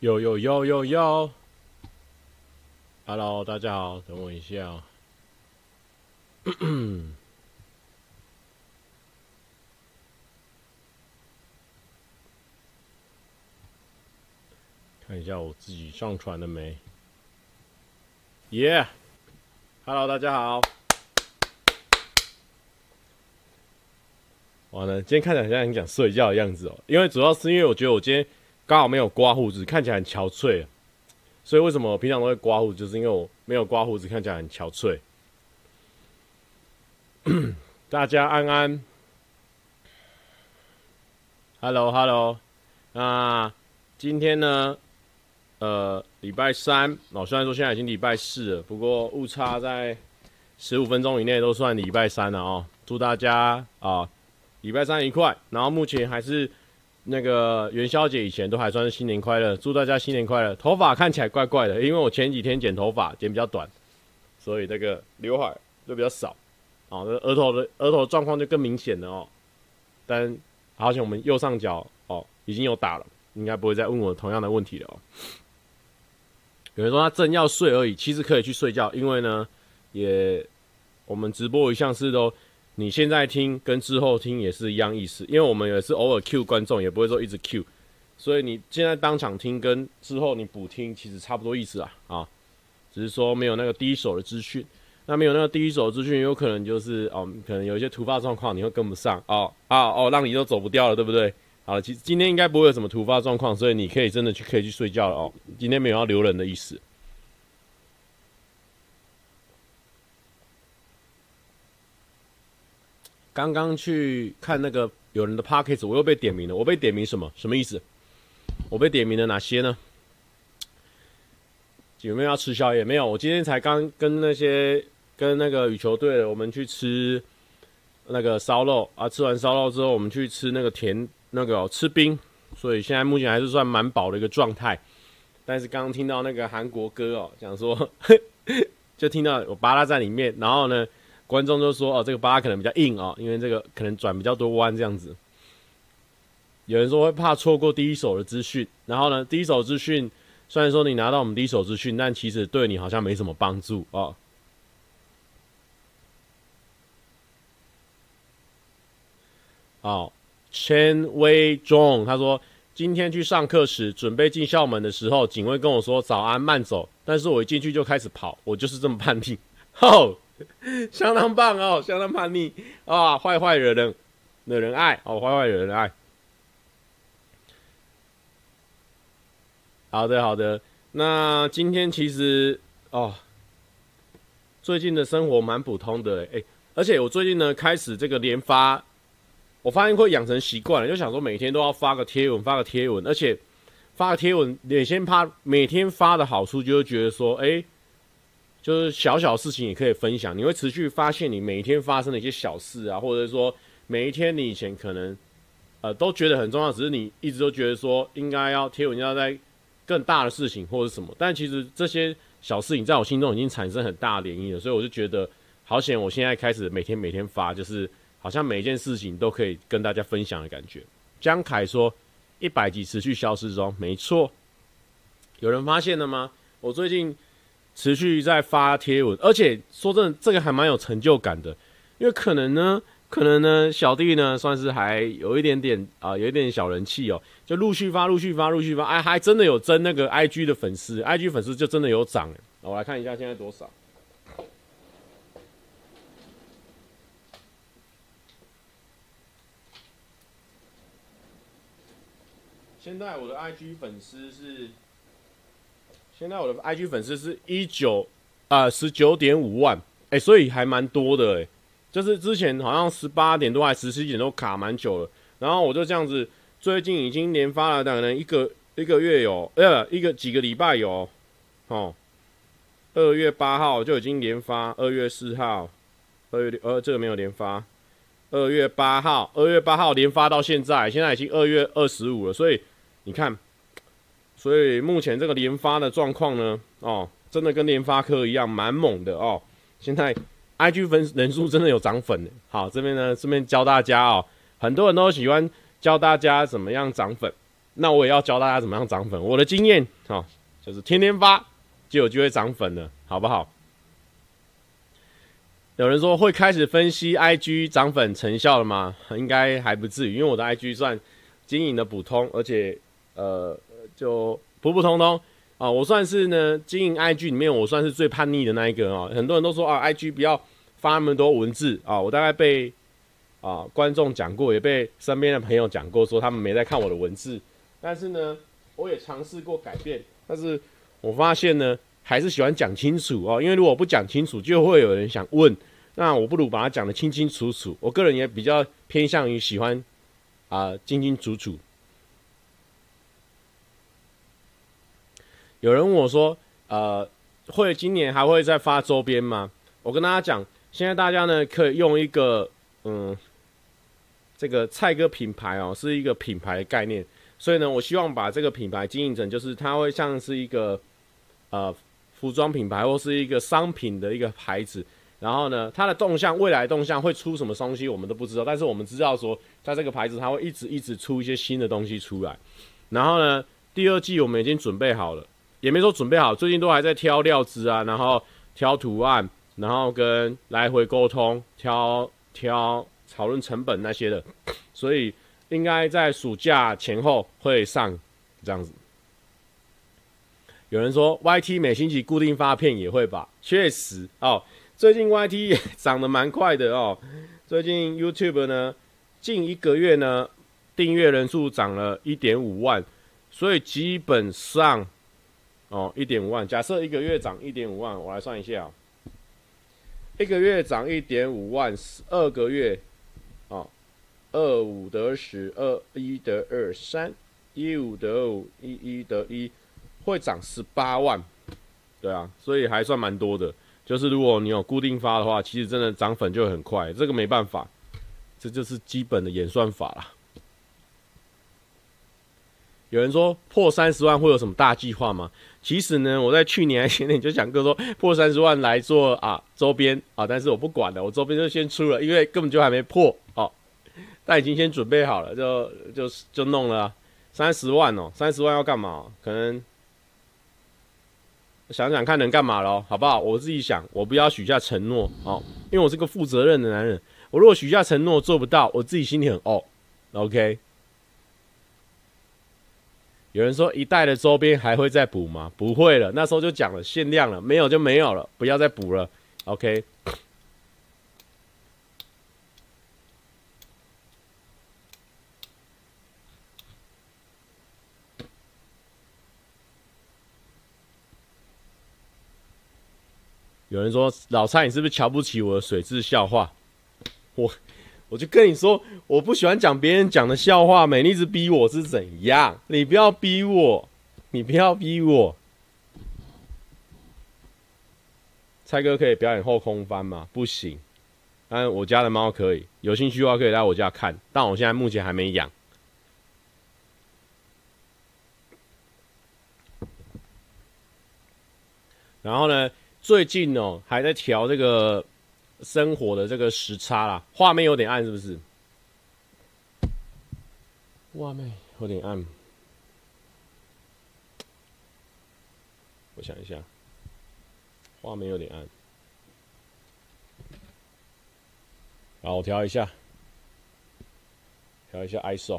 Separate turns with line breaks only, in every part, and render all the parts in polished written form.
有，Hello， 大家好，等我一下哦。看一下我自己上传了没？Hello， 大家好。完了，今天看起来像很想睡觉的样子哦，因为主要是因为我觉得我今天刚好没有刮胡子，看起来很憔悴，所以为什么我平常都会刮胡子，就是因为我没有刮胡子，看起来很憔悴。大家安安 ，Hello， 那今天呢，礼拜三哦，虽然说现在已经礼拜四了，不过误差在15分钟以内都算礼拜三了哦。祝大家礼拜三愉快。然后目前还是那个元宵节以前都还算是新年快乐，祝大家新年快乐。头发看起来怪怪的，因为我前几天剪头发剪比较短，所以这个刘海就比较少。哦，这额头状况就更明显了哦。但好像我们右上角哦已经有打了，应该不会再问我同样的问题了哦。有人说他正要睡而已，其实可以去睡觉，因为呢，我们直播一向是都，你现在听跟之后听也是一样意思，因为我们也是偶尔 Q 观众，也不会说一直 Q， 所以你现在当场听跟之后你补听其实差不多意思啊，只是说没有那个第一手的资讯。那没有那个第一手资讯，有可能就是可能有一些突发状况，你会跟不上让你都走不掉了，对不对？好了，其实今天应该不会有什么突发状况，所以你可以真的可以去睡觉了哦。今天没有要留人的意思。刚刚去看那个有人的 Podcast， 我又被点名了。我被点名什么？什么意思？我被点名了哪些呢？有没有要吃宵夜？没有，我今天才刚跟那个羽球队的，我们去吃那个烧肉啊。吃完烧肉之后，我们去吃那个吃冰，所以现在目前还是算蛮饱的一个状态。但是刚刚听到那个韩国歌哦，讲说就听到有巴拉在里面，然后呢，观众就说这个巴拉可能比较硬哦，因为这个可能转比较多弯这样子。有人说会怕错过第一手的资讯，然后呢，第一手资讯。虽然说你拿到我们第一手资讯，但其实对你好像没什么帮助哦。Chen Wei Zhong 他说，今天去上课时，准备进校门的时候，警卫跟我说早安慢走，但是我一进去就开始跑，我就是这么叛逆。相当棒哦，相当叛逆啊，坏惹人爱哦，坏惹人爱。好的，那今天其实最近的生活蛮普通的而且我最近呢开始这个连发，我发现会养成习惯了，就想说每天都要发个贴文，而且发个贴文，每天发的好处就会觉得说，就是小事情也可以分享，你会持续发现你每一天发生的一些小事啊，或者说每一天你以前可能都觉得很重要，只是你一直都觉得说应该要贴文要在更大的事情或者什么，但其实这些小事情在我心中已经产生很大的涟漪了，所以我就觉得好险，我现在开始每天发，就是好像每一件事情都可以跟大家分享的感觉。江凯说100集持续消失中，没错。有人发现了吗？我最近持续在发贴文，而且说真的，这个还蛮有成就感的，因为可能呢，小弟呢算是还有一点点有一点小人气哦，就陆续发，还真的有增那个 IG 的粉丝 ，IG 粉丝就真的有涨了。我来看一下现在多少。现在我的 IG 粉丝是19.5万，所以还蛮多的就是之前好像18点多还17点都卡蛮久了，然后我就这样子，最近已经连发了，可能一个月有，几个礼拜有，2月8号就已经连发，2月4号这个没有连发，2月8号连发到现在已经2月25了，所以你看，所以目前这个连发的状况呢，真的跟联发科一样蛮猛的哦，现在。IG 粉人数真的有涨粉，好，这边呢顺便教大家很多人都喜欢教大家怎么样涨粉， 那我也要教大家怎么样涨粉。我的经验就是天天发就有机会涨粉了，好不好？有人说会开始分析 IG 涨粉成效了吗？应该还不至于，因为我的 IG 算经营的普通，而且就普普通通啊。我算是呢经营 IG 里面我算是最叛逆的那一个啊。很多人都说IG 不要发那么多文字啊，我大概被观众讲过，也被身边的朋友讲过，说他们没在看我的文字。但是呢，我也尝试过改变，但是我发现呢，还是喜欢讲清楚因为如果不讲清楚，就会有人想问，那我不如把它讲得清清楚楚。我个人也比较偏向于喜欢清清楚楚。有人问我说，今年还会再发周边吗？我跟大家讲，现在大家呢可以用一个这个蔡哥品牌是一个品牌的概念。所以呢，我希望把这个品牌经营成，就是它会像是一个服装品牌或是一个商品的一个牌子。然后呢，它的动向，未来动向会出什么东西，我们都不知道。但是我们知道说，在这个牌子，它会一直出一些新的东西出来。然后呢，第二季我们已经准备好了，也没说准备好，最近都还在挑料子啊，然后挑图案，然后跟来回沟通，挑讨论成本那些的，所以应该在暑假前后会上这样子。有人说 YT 每星期固定发片也会吧？确实最近 YT 也涨得蛮快的最近 YouTube 呢，近1个月呢，订阅人数涨了 1.5 万，所以基本上1.5万。假设1个月涨 1.5 万，我来算一下1个月涨 1.5 万，2个月25得10 21得23 15得5 11得1，会涨18万。对啊，所以还算蛮多的。就是如果你有固定发的话，其实真的涨粉就很快，这个没办法，这就是基本的演算法啦。有人说破30万会有什么大计划吗？其实呢，我在去年还前年就讲过说破30万来做周边但是我不管了，我周边就先出了，因为根本就还没破但已经先准备好了，就弄了30万30万要干嘛？可能想想看能干嘛咯，好不好？我自己想，我不要许下承诺因为我是个负责任的男人。我如果许下承诺做不到，我自己心里很OK。有人说一代的周边还会再补吗？不会了，那时候就讲了限量了，没有就没有了，不要再补了 ，OK。有人说老蔡，你是不是瞧不起我的水质笑话？我就跟你说，我不喜欢讲别人讲的笑话，你一直逼我是怎样？你不要逼我，你不要逼我。蔡哥可以表演后空翻吗？不行，但我家的猫可以。有兴趣的话可以来我家看，但我现在目前还没养。然后呢，最近还在调这个生活的这个时差啦，画面有点暗，是不是？画面有点暗，我想一下，画面有点暗，好，我调一下 ISO。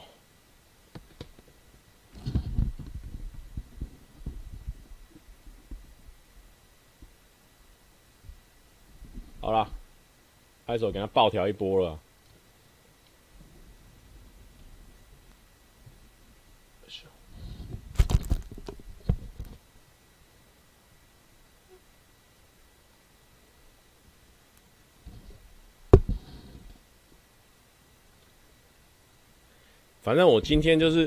好啦，ISO给它爆调一波了。反正我今天就是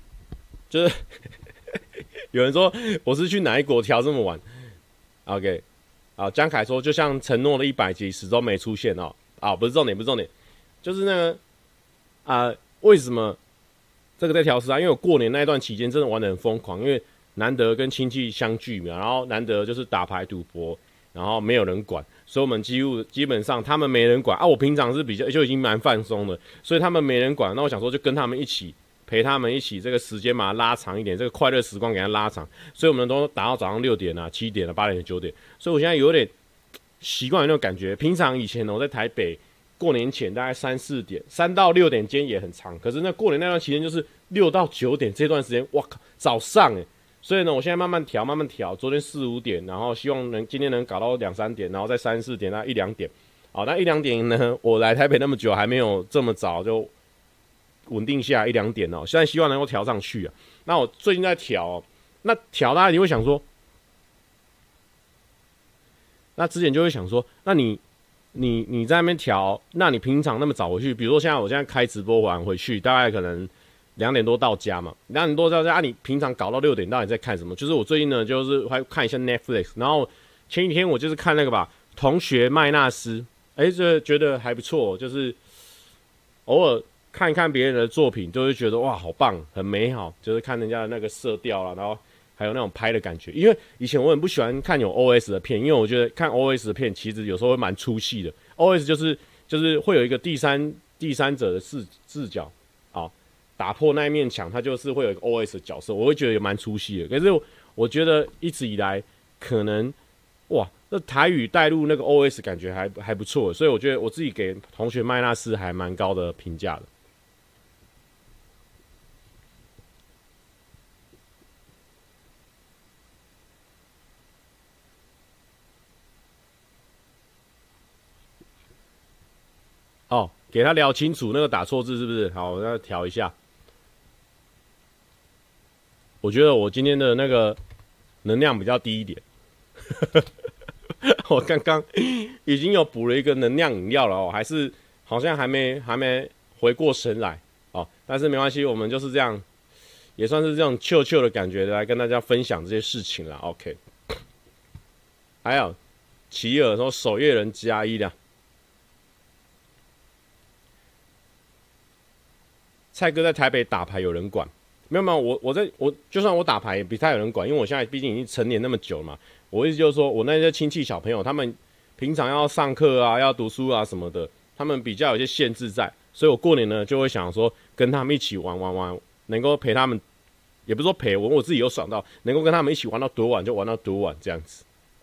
有人说我是去哪一国调这么晚 ？OK。江凯说，就像承诺的100集始终没出现不是重点，就是那个为什么这个在调时差？因为我过年那一段期间真的玩得很疯狂，因为难得跟亲戚相聚嘛，然后难得就是打牌赌博，然后没有人管，所以我们基本上他们没人管我平常是就已经蛮放松的，所以他们没人管，那我想说就跟他们一起陪他们一起这个时间把它拉长一点，这个快乐时光给它拉长，所以我们都打到早上6点啊、7点啊、8点、9点，所以我现在有点习惯有那种感觉。平常以前呢，我在台北过年前大概3、4点，3到6点间也很长，可是那过年那段期间就是6到9点这段时间，哇靠，早上所以呢，我现在慢慢调，昨天4、5点，然后希望今天能搞到2、3点，然后再3、4点，那1、2点。好，那1、2点呢，我来台北那么久还没有这么早就稳定下来1、2点哦，现在希望能够调上去啊。那我最近在调那调大家你会想说，那之前就会想说，那你在那边调，那你平常那么早回去，比如说我现在开直播完回去，大概可能2点多到家嘛，2点多到家，你平常搞到6点到底在看什么？就是我最近呢，就是会看一下 Netflix， 然后前几天我就是看那个吧，同学麦纳斯，这觉得还不错，就是偶尔看一看别人的作品，就会觉得哇，好棒，很美好，就是看人家的那个色调啦，然后还有那种拍的感觉。因为以前我很不喜欢看有 OS 的片，因为我觉得看 OS 的片其实有时候会蛮出戏的。OS 就是会有一个第三者的视角啊，打破那一面墙，它就是会有一个 OS 的角色，我会觉得也蛮出戏的。可是我觉得一直以来可能哇，那台语带入那个 OS 感觉还不错，所以我觉得我自己给同学麦纳斯还蛮高的评价的。哦，给他聊清楚那个打错字是不是？好，我要调一下。我觉得我今天的那个能量比较低一点。我刚刚已经有补了一个能量饮料了哦，还是好像还没回过神来哦。但是没关系，我们就是这样，也算是这种chill的感觉来跟大家分享这些事情啦。OK。还有奇尔说守夜人+1的。蔡哥在台北打牌有人管？没有，我就算我打牌也比他有人管，因为我现在毕竟已经成年那么久了嘛。我意思就是说，我那些亲戚小朋友，他们平常要上课啊、要读书啊什么的，他们比较有些限制在，所以我过年呢就会想说跟他们一起玩，能够陪他们，也不是说陪我自己有爽到，能够跟他们一起玩到多晚就玩到多晚这样子。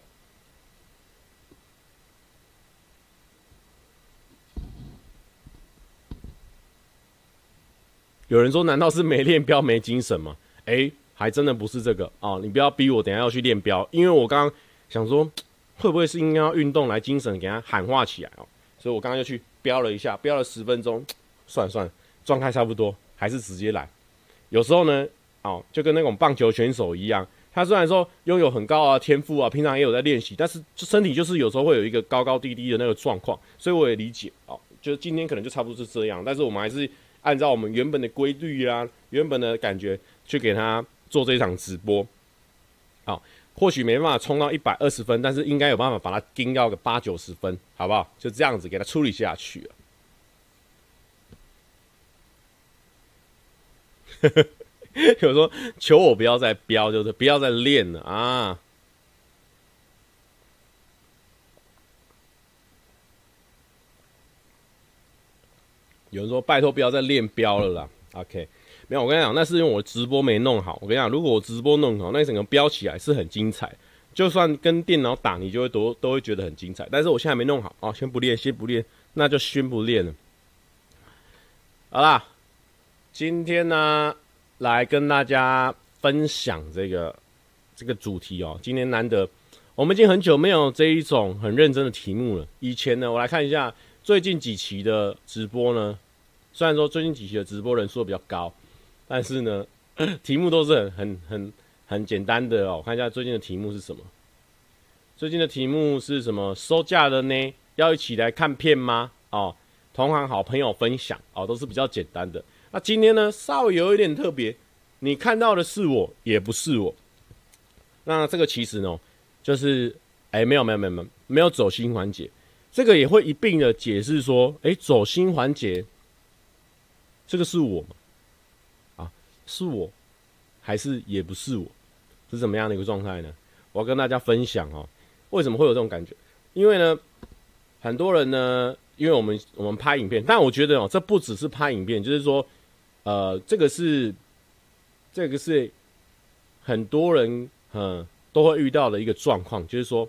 有人说，难道是没练标没精神吗？还真的不是这个哦。你不要逼我，等一下要去练标，因为我刚刚想说，会不会是应该要运动来精神给他喊话起来哦？所以我刚刚就去标了一下，标了10分钟，算了，状态差不多，还是直接来。有时候呢，就跟那种棒球选手一样，他虽然说拥有很高的天赋啊，平常也有在练习，但是身体就是有时候会有一个高高低低的那个状况，所以我也理解就是今天可能就差不多是这样，但是我们还是按照我们原本的规律啊，原本的感觉去给他做这一场直播。或许没办法冲到120分，但是应该有办法把它盯到个80、90分，好不好？就这样子给他处理下去了。有说求我不要再飙，就是不要再练了啊。有人说拜托不要再练标了啦。OK， 没有，我跟你讲，那是因为我直播没弄好。我跟你讲，如果我直播弄好，那整个标起来是很精彩。就算跟电脑打，你就会都会觉得很精彩。但是我现在没弄好先不练，那就先不练了。好啦，今天呢，来跟大家分享这个主题哦。今天难得，我们已经很久没有这一种很认真的题目了。以前呢，我来看一下最近几期的直播呢。虽然说最近几期的直播人数比较高，但是呢，题目都是很简单的哦。我看一下最近的题目是什么？最近的题目是什么？收假了呢？要一起来看片吗？同行好朋友分享都是比较简单的。那今天呢，稍微有一点特别，你看到的是我，也不是我。那这个其实呢，就是没有走心环节，这个也会一并的解释说，走心环节。这个是我吗？是我，还是也不是我？是怎么样的一个状态呢？我要跟大家分享为什么会有这种感觉？因为呢，很多人呢，因为我们拍影片，但我觉得这不只是拍影片，就是说， 这个是很多人都会遇到的一个状况，就是说，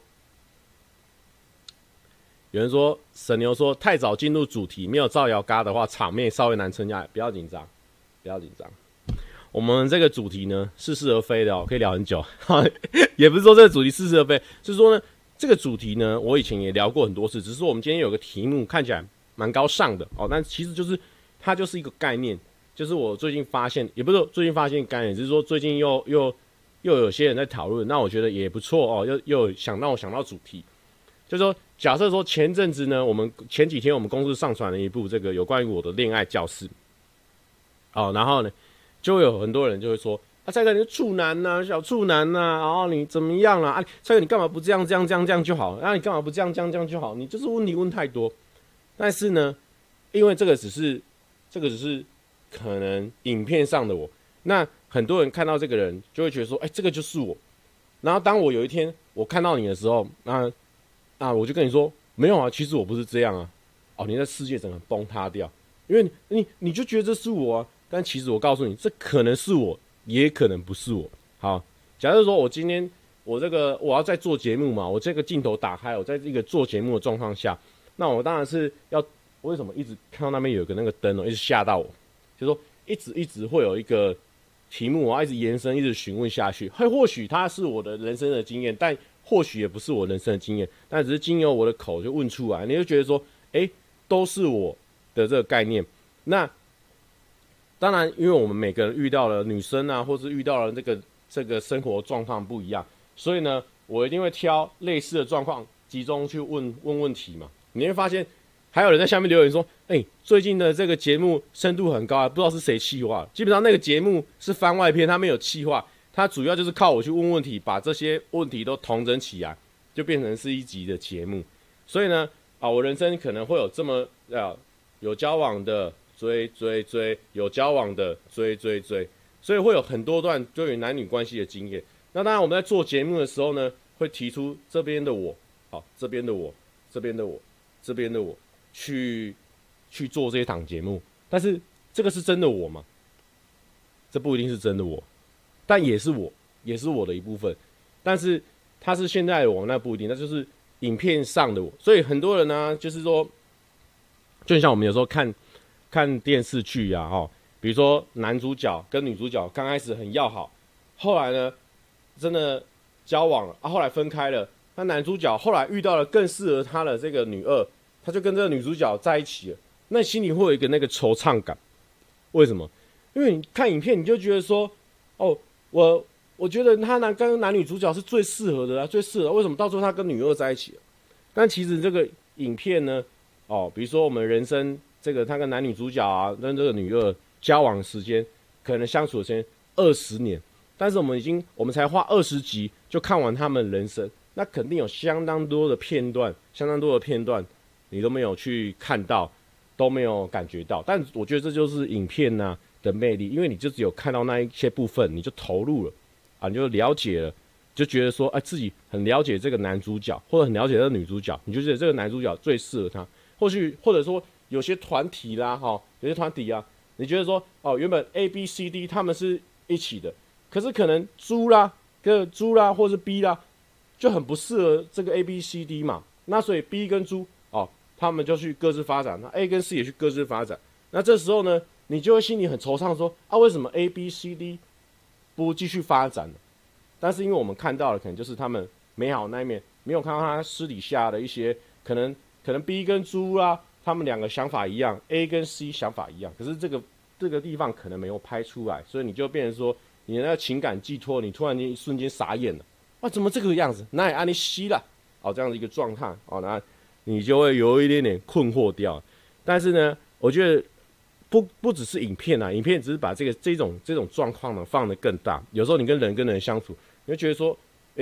有人说沈牛说太早进入主题，没有造谣嘎的话，场面稍微难撑下来，不要紧张，不要紧张。我们这个主题呢，似是而非的哦，可以聊很久。也不是说这个主题似是而非，是说呢，这个主题呢，我以前也聊过很多次，只是说我们今天有个题目看起来蛮高尚的哦，但其实就是它就是一个概念，就是我最近发现，也不是最近发现概念，只是说最近又有些人在讨论，那我觉得也不错哦，又想到主题，就是说，假设说前阵子呢，前几天我们公司上传了一部这个有关于我的恋爱教室，哦，然后呢，就会有很多人就会说，啊，蔡哥你是处男呐、小处男呐、然后你怎么样啦？啊，蔡哥你干嘛不这样就好？啊，你干嘛不这样就好？你就是问题问太多。但是呢，因为这个只是可能影片上的我，那很多人看到这个人就会觉得说，这个就是我。然后当我有一天我看到你的时候，那我就跟你说，没有啊，其实我不是这样啊。哦，你的世界整个崩塌掉，因为你就觉得这是我啊，但其实我告诉你，这可能是我，也可能不是我。好，假如说我今天我要在做节目嘛，我这个镜头打开，我在这个做节目的状况下，那我当然是要为什么一直看到那边有个那个灯一直吓到我，就是说一直会有一个题目，我要一直延伸，一直询问下去。或许它是我的人生的经验，但或许也不是我人生的经验，但只是经由我的口就问出来，你就觉得说，都是我的这个概念。那当然，因为我们每个人遇到了女生啊，或是遇到了这个生活状况不一样，所以呢，我一定会挑类似的状况集中去问问题嘛。你会发现，还有人在下面留言说，最近的这个节目深度很高啊，不知道是谁企划的。基本上那个节目是番外篇，它没有企划，它主要就是靠我去问问题，把这些问题都统整起来，就变成是一集的节目。所以呢，我人生可能会有这么有交往的追，有交往的追，所以会有很多段对于男女关系的经验。那当然我们在做节目的时候呢，会提出这边的我，这边的我，这边的我，这边的我，去做这一档节目。但是这个是真的我吗？这不一定是真的我，但也是我的一部分。但是他是现在的我，那不一定，那就是影片上的我。所以很多人呢，就是说，就像我们有时候看电视剧啊，比如说男主角跟女主角刚开始很要好，后来呢真的交往了后来分开了。那男主角后来遇到了更适合他的这个女二，他就跟这个女主角在一起了。那心里会有一个那个惆怅感，为什么？因为你看影片，你就觉得说，我觉得他跟男女主角是最适合的最适合。为什么到最后他跟女二在一起了？但其实这个影片呢，比如说我们人生这个他跟男女主角啊，跟这个女二交往的时间，可能相处的时间20年，但是我们才花20集就看完他们人生，那肯定有相当多的片段，你都没有去看到，都没有感觉到。但我觉得这就是影片的魅力，因为你就只有看到那一些部分，你就投入了你就了解了，就觉得说自己很了解这个男主角，或者很了解这个女主角，你就觉得这个男主角最适合他。或者说有些团体啦，有些团体啊，你觉得说原本 A、B、C、D 他们是一起的，可是可能猪啦，或是 B 啦，就很不适合这个 A、B、C、D 嘛。那所以 B 跟猪他们就去各自发展，那 A 跟 C 也去各自发展。那这时候呢，你就会心里很惆怅说为什么 A、B、C、D 不继续发展呢？但是因为我们看到的可能就是他们美好那一面，没有看到他私底下的一些可能 B 跟猪啦，他们两个想法一样 ，A 跟 C 想法一样，可是这个地方可能没有拍出来，所以你就变成说你的那个情感寄托，你突然间一瞬间傻眼了，怎么这个样子？那也按你吸了这样的一个状态那你就会有一点点困惑掉。但是呢，我觉得不只是影片影片只是把这种状况呢放得更大。有时候你跟人相处，你会觉得说，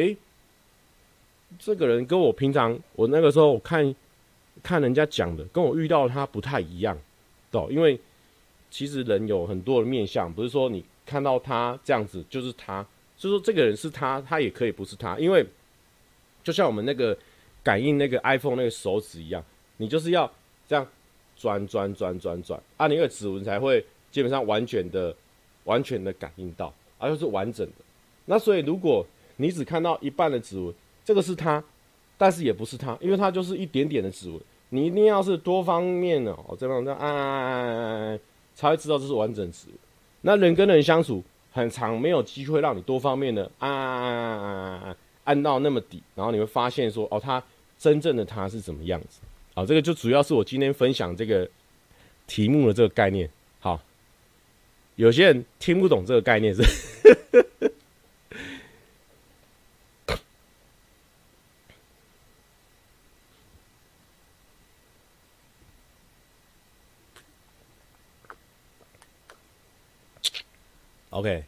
这个人跟我平常我那个时候我看人家讲的，跟我遇到的他不太一样，因为其实人有很多的面向，不是说你看到他这样子就是他，就是说这个人是他，他也可以不是他，因为就像我们那个感应那个 iPhone 那个手指一样，你就是要这样转你那个指纹才会基本上完全的感应到，就是完整的。那所以如果你只看到一半的指纹，这个是它，但是也不是它，因为它就是一点点的指纹。你一定要是多方面的这样才会知道这是完整指纹。那人跟人相处，很常没有机会让你多方面的按到那么底，然后你会发现说它真正的它是怎么样子。好，这个就主要是我今天分享这个题目的这个概念。好，有些人听不懂这个概念是OK，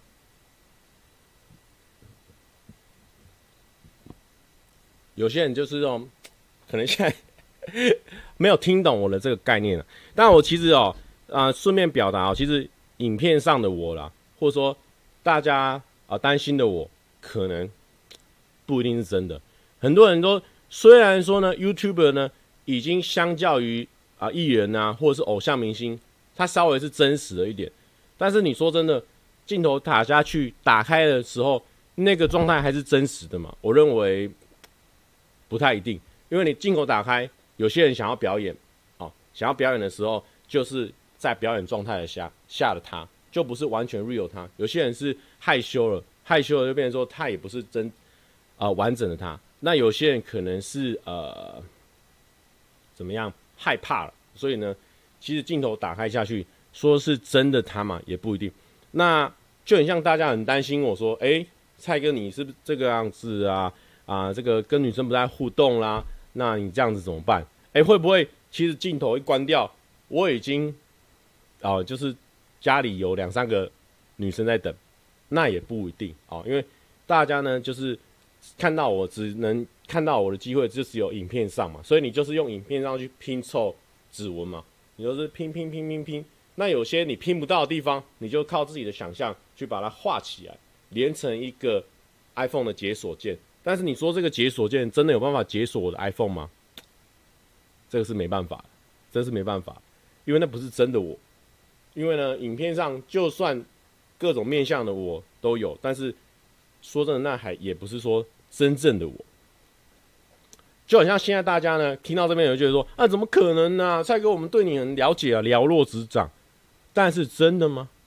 有些人就是可能现在没有听懂我的这个概念了。但我其实顺便表达其实影片上的我啦，或者说大家担心的我，可能不一定是真的。很多人都虽然说呢 ，YouTuber 呢已经相较于艺人或者是偶像明星，他稍微是真实了一点。但是你说真的，镜头打下去打开的时候，那个状态还是真实的嘛？我认为不太一定，因为你镜头打开，有些人想要表演，想要表演的时候，就是在表演状态的下的他，就不是完全 real 他。有些人是害羞了就变成说他也不是真完整的他。那有些人可能是怎么样害怕了，所以呢，其实镜头打开下去，说是真的他嘛，也不一定。那就很像大家很担心我说，蔡哥你是不是这个样子这个跟女生不太互动啦，那你这样子怎么办？会不会其实镜头一关掉，我已经就是家里有2-3个女生在等，那也不一定因为大家呢就是看到我只能看到我的机会就只有影片上嘛，所以你就是用影片上去拼凑指纹嘛，你就是拼。那有些你拼不到的地方，你就靠自己的想象去把它画起来，连成一个 iPhone 的解锁键。但是你说这个解锁键真的有办法解锁我的 iPhone 吗？这个是没办法，真是没办法，因为那不是真的我。因为呢，影片上就算各种面向的我都有，但是说真的，那还也不是说真正的我。就好像现在大家呢听到这边有人觉得说怎么可能呢？蔡哥，我们对你很了解了若指掌。但是真的吗？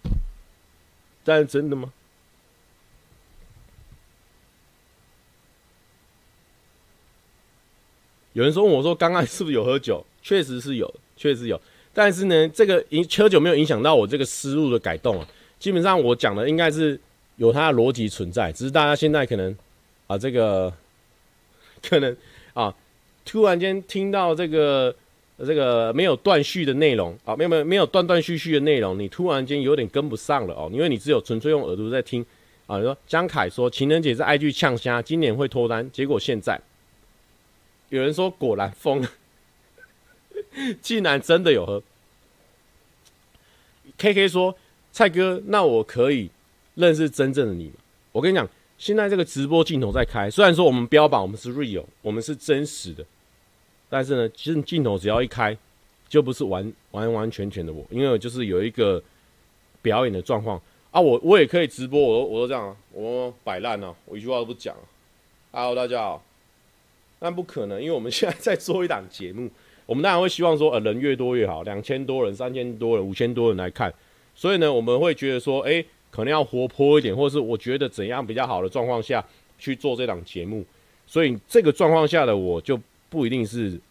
有人说问我说，刚刚是不是有喝酒？确实是有。但是呢，这个喝酒没有影响到我这个思路的改动基本上我讲的应该是有它的逻辑存在，只是大家现在可能这个可能突然间听到这个没有断续的内容没有断续的内容，你突然间有点跟不上了因为你只有纯粹用耳朵在听你说江凯说情人节是 IG 呛虾，今年会脱单，结果现在有人说果然疯了，竟然真的有喝。KK 说蔡哥，那我可以认识真正的你吗？我跟你讲，现在这个直播镜头在开，虽然说我们标榜我们是 real， 我们是真实的。但是呢，其实镜头只要一开，就不是完全的我，因为我就是有一个表演的状况我也可以直播，我都这样我摆烂我一句话都不讲Hello， 大家好，但不可能，因为我们现在在做一档节目，我们当然会希望说人越多越好，2000多人、3000多人、5000多人来看，所以呢，我们会觉得说，可能要活泼一点，或者是我觉得怎样比较好的状况下去做这档节目，所以这个状况下的我就不一定是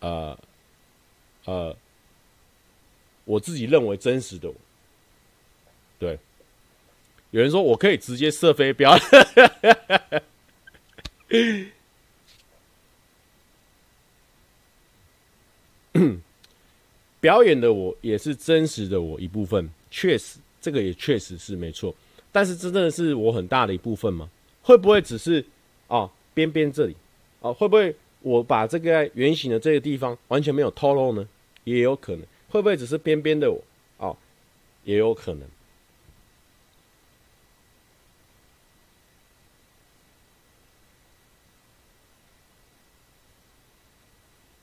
我自己认为真实的我。对，有人说我可以直接射飞镖，表演的我也是真实的我一部分，确实这个也确实是没错。但是这真的是我很大的一部分吗？会不会只是边边这里会不会我把这个圆形的这个地方完全没有透露呢？也有可能。会不会只是边边的我也有可能。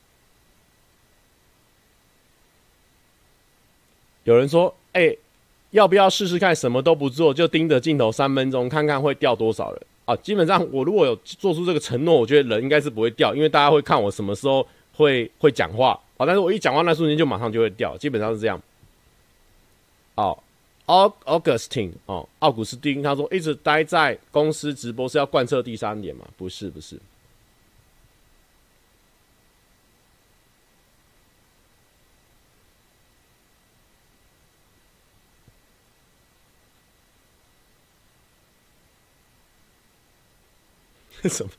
有人说要不要试试看什么都不做，就盯着镜头3分钟，看看会掉多少人啊？基本上我如果有做出这个承诺，我觉得人应该是不会掉，因为大家会看我什么时候会讲话啊。但是我一讲话那瞬间就马上就会掉，基本上是这样。哦。Augustine 哦，奥古斯丁他说一直待在公司直播是要贯彻第3点吗？不是。什么？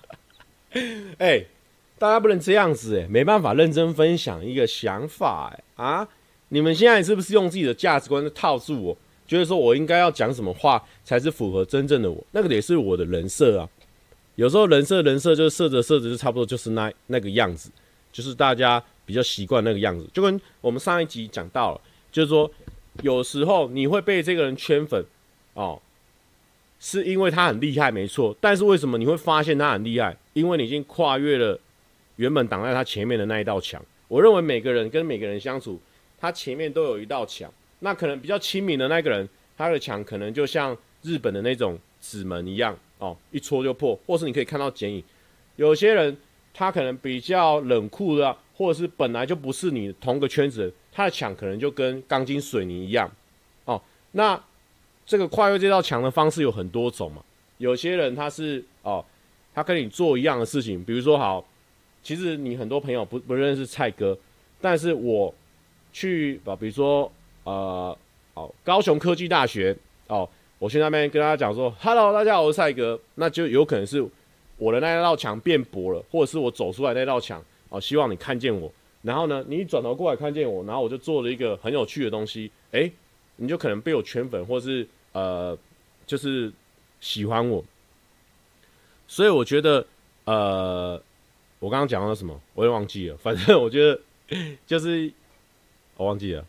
大家不能这样子没办法认真分享一个想法啊！你们现在是不是用自己的价值观套住我？觉得说我应该要讲什么话才是符合真正的我，那个也是我的人设啊。有时候人设就是设着就差不多就是那个样子，就是大家比较习惯那个样子。就跟我们上一集讲到了，就是说有时候你会被这个人圈粉哦，是因为他很厉害没错，但是为什么你会发现他很厉害？因为你已经跨越了原本挡在他前面的那一道墙。我认为每个人跟每个人相处，他前面都有一道墙。那可能比较亲民的那个人，他的墙可能就像日本的那种纸门一样哦，一戳就破，或是你可以看到剪影。有些人他可能比较冷酷的或者是本来就不是你同个圈子的，他的墙可能就跟钢筋水泥一样哦。那这个跨越这道墙的方式有很多种嘛。有些人他是他跟你做一样的事情，比如说好，其实你很多朋友不认识蔡哥，但是我去比如说高雄科技大学我去那边跟大家讲说 ，Hello， 大家好，我是蔡哥，那就有可能是我的那道墙变薄了，或者是我走出来那道墙希望你看见我，然后呢，你一转头过来看见我，然后我就做了一个很有趣的东西，你就可能被我圈粉，或是就是喜欢我，所以我觉得我刚刚讲到什么，我也忘记了，反正我觉得就是我忘记了。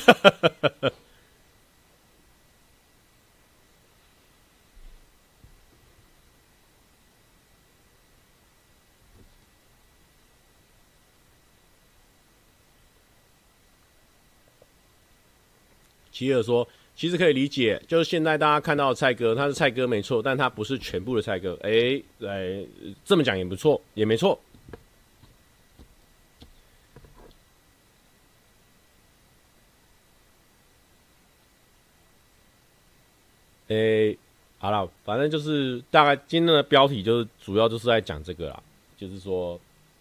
奇尔说，其实可以理解，就是现在大家看到的蔡哥，他是蔡哥没错，但他不是全部的蔡哥。这么讲也不错，也没错。好了，反正就是大概今天的标题就是主要就是在讲这个啦，就是说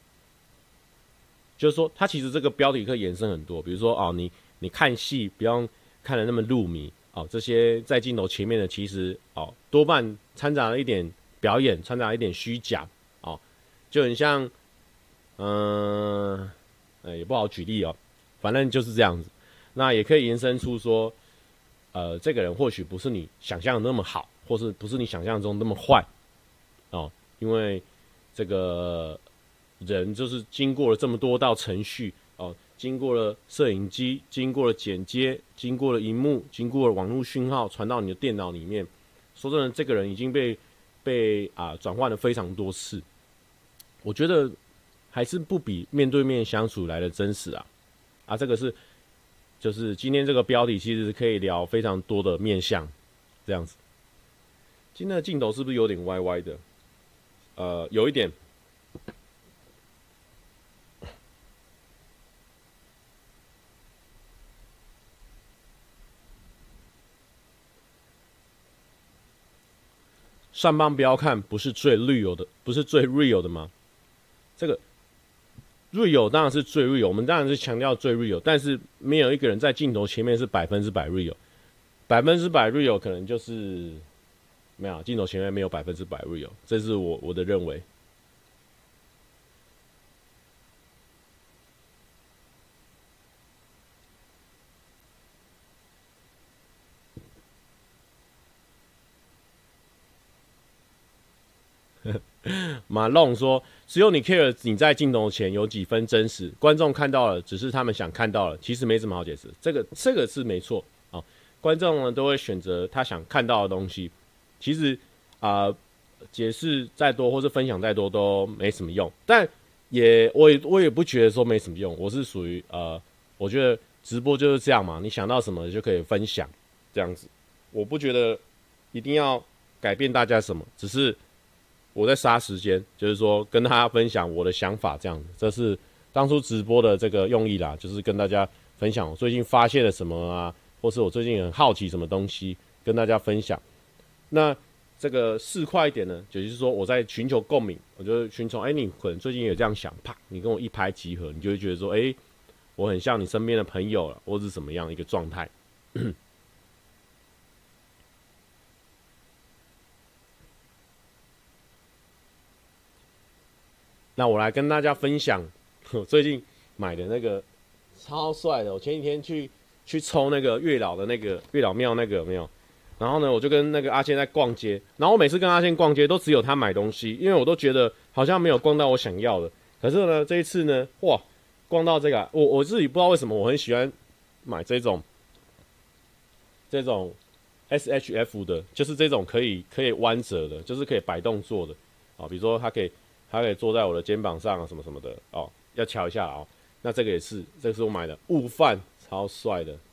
他其实这个标题可以延伸很多，比如说你看戏不用看得那么入迷这些在镜头前面的其实多半掺杂了一点表演，掺杂了一点虚假就很像也不好举例反正就是这样子。那也可以延伸出说这个人或许不是你想象的那么好，或是不是你想象中那么坏因为这个人就是经过了这么多道程序经过了摄影机，经过了剪接，经过了荧幕，经过了网络讯号传到你的电脑里面。说真的，这个人已经被转换了非常多次，我觉得还是不比面对面相处来的真实这个是就是今天这个标题其实可以聊非常多的面向，这样子。今天的镜头是不是有点歪歪的？有一点。上班不要看，不是最 real 的，不是最 real 的吗？这个 real 当然是最 real， 我们当然是强调最 real， 但是没有一个人在镜头前面是100% real， 100% real 可能就是没有镜头前面没有100% real， 这是我的认为。马龙说：“只有你 care 你在镜头前有几分真实，观众看到了，只是他们想看到了，其实没什么好解释。这个是没错观众呢都会选择他想看到的东西。其实解释再多或是分享再多都没什么用。但我也不觉得说没什么用。我是属于我觉得直播就是这样嘛，你想到什么就可以分享这样子。我不觉得一定要改变大家什么，只是我在杀时间，就是说跟大家分享我的想法这样子。这是当初直播的这个用意啦，就是跟大家分享我最近发现了什么啊，或是我最近很好奇什么东西，跟大家分享。那这个市侩一点呢，就是说我在寻求共鸣，我就寻求，你可能最近也这样想，啪，你跟我一拍即合，你就会觉得说，我很像你身边的朋友了，或是什么样的一个状态。那我来跟大家分享我最近买的那个超帅的。我前几天去抽那个月老的那个月老庙那个有没有？然后呢，我就跟那个阿宪在逛街，然后我每次跟阿宪逛街都只有他买东西，因为我都觉得好像没有逛到我想要的。可是呢，这一次呢，哇，逛到这个我自己不知道为什么我很喜欢买这种 SHF 的，就是这种可以弯折的，就是可以摆动做的啊，比如说它可以坐在我的肩膀上啊，什么什么的哦，要瞧一下哦。那这个也是，这个是我买的悟饭，超帅的。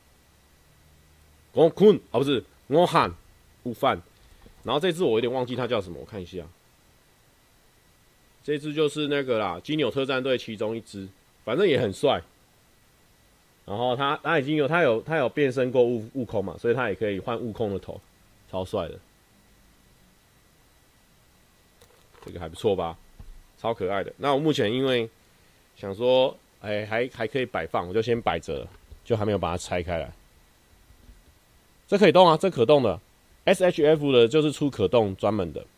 我坤啊，不是我喊悟饭。然后这只我有点忘记它叫什么，我看一下。这只就是那个啦，金牛特战队其中一只，反正也很帅。然后他已经有变身过悟空嘛，所以他也可以换悟空的头，超帅的。这个还不错吧，超可爱的。那我目前因为想说，还可以摆放，我就先摆着了，就还没有把它拆开来。这可以动啊，这可动的 ，SHF 的就是出可动专门的。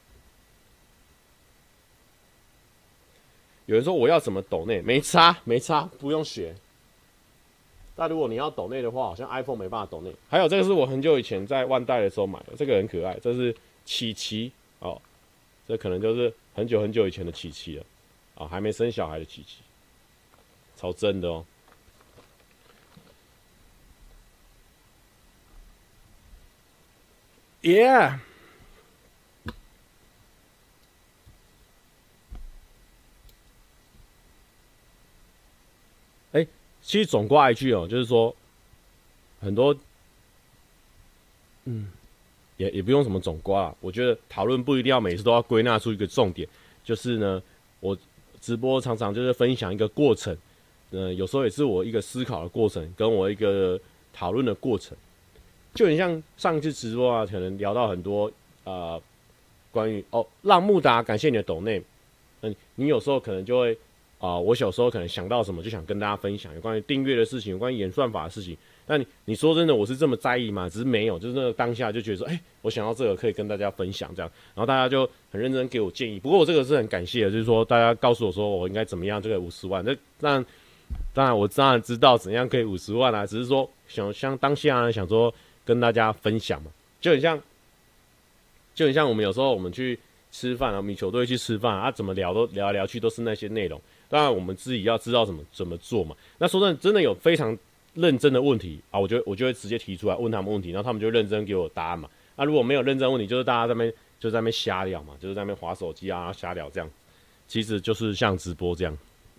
有人说我要怎么抖内，没差，不用学。但如果你要抖内的话，好像 iPhone 没办法抖内。还有这个是我很久以前在万代的时候买的，这个很可爱，这是琪琪哦。这可能就是很久以前的琪琪了，啊，还没生小孩的琪琪，超真的哦。Yeah， 其实总挂一句哦，就是说很多，也不用什么总挂啦。我觉得讨论不一定要每次都要归纳出一个重点，就是呢，我直播常常就是分享一个过程，有时候也是我一个思考的过程，跟我一个讨论的过程，就很像上一次直播啊，可能聊到很多关于浪木达，感谢你的抖内，你有时候可能就会我小时候可能想到什么就想跟大家分享，有关于订阅的事情，有关于演算法的事情。但你说真的，我是这么在意吗？只是没有，就是那个当下就觉得说，我想到这个可以跟大家分享这样，然后大家就很认真给我建议。不过我这个是很感谢的，就是说大家告诉我说我应该怎么样，这个50万。那当然我当然知道怎样可以50万啊，只是说像当下呢想说跟大家分享嘛，就很像我们有时候我们去吃饭啊，我们球队去吃饭啊，怎么聊都聊来聊去都是那些内容。当然我们自己要知道怎么做嘛。那说真的有非常认真的问题啊，我就会直接提出来问他们问题，然后他们就认真给我答案嘛。那如果没有认真问题，就是大家在那边瞎聊嘛，就是在那边滑手机啊瞎聊这样，其实就是像直播这样。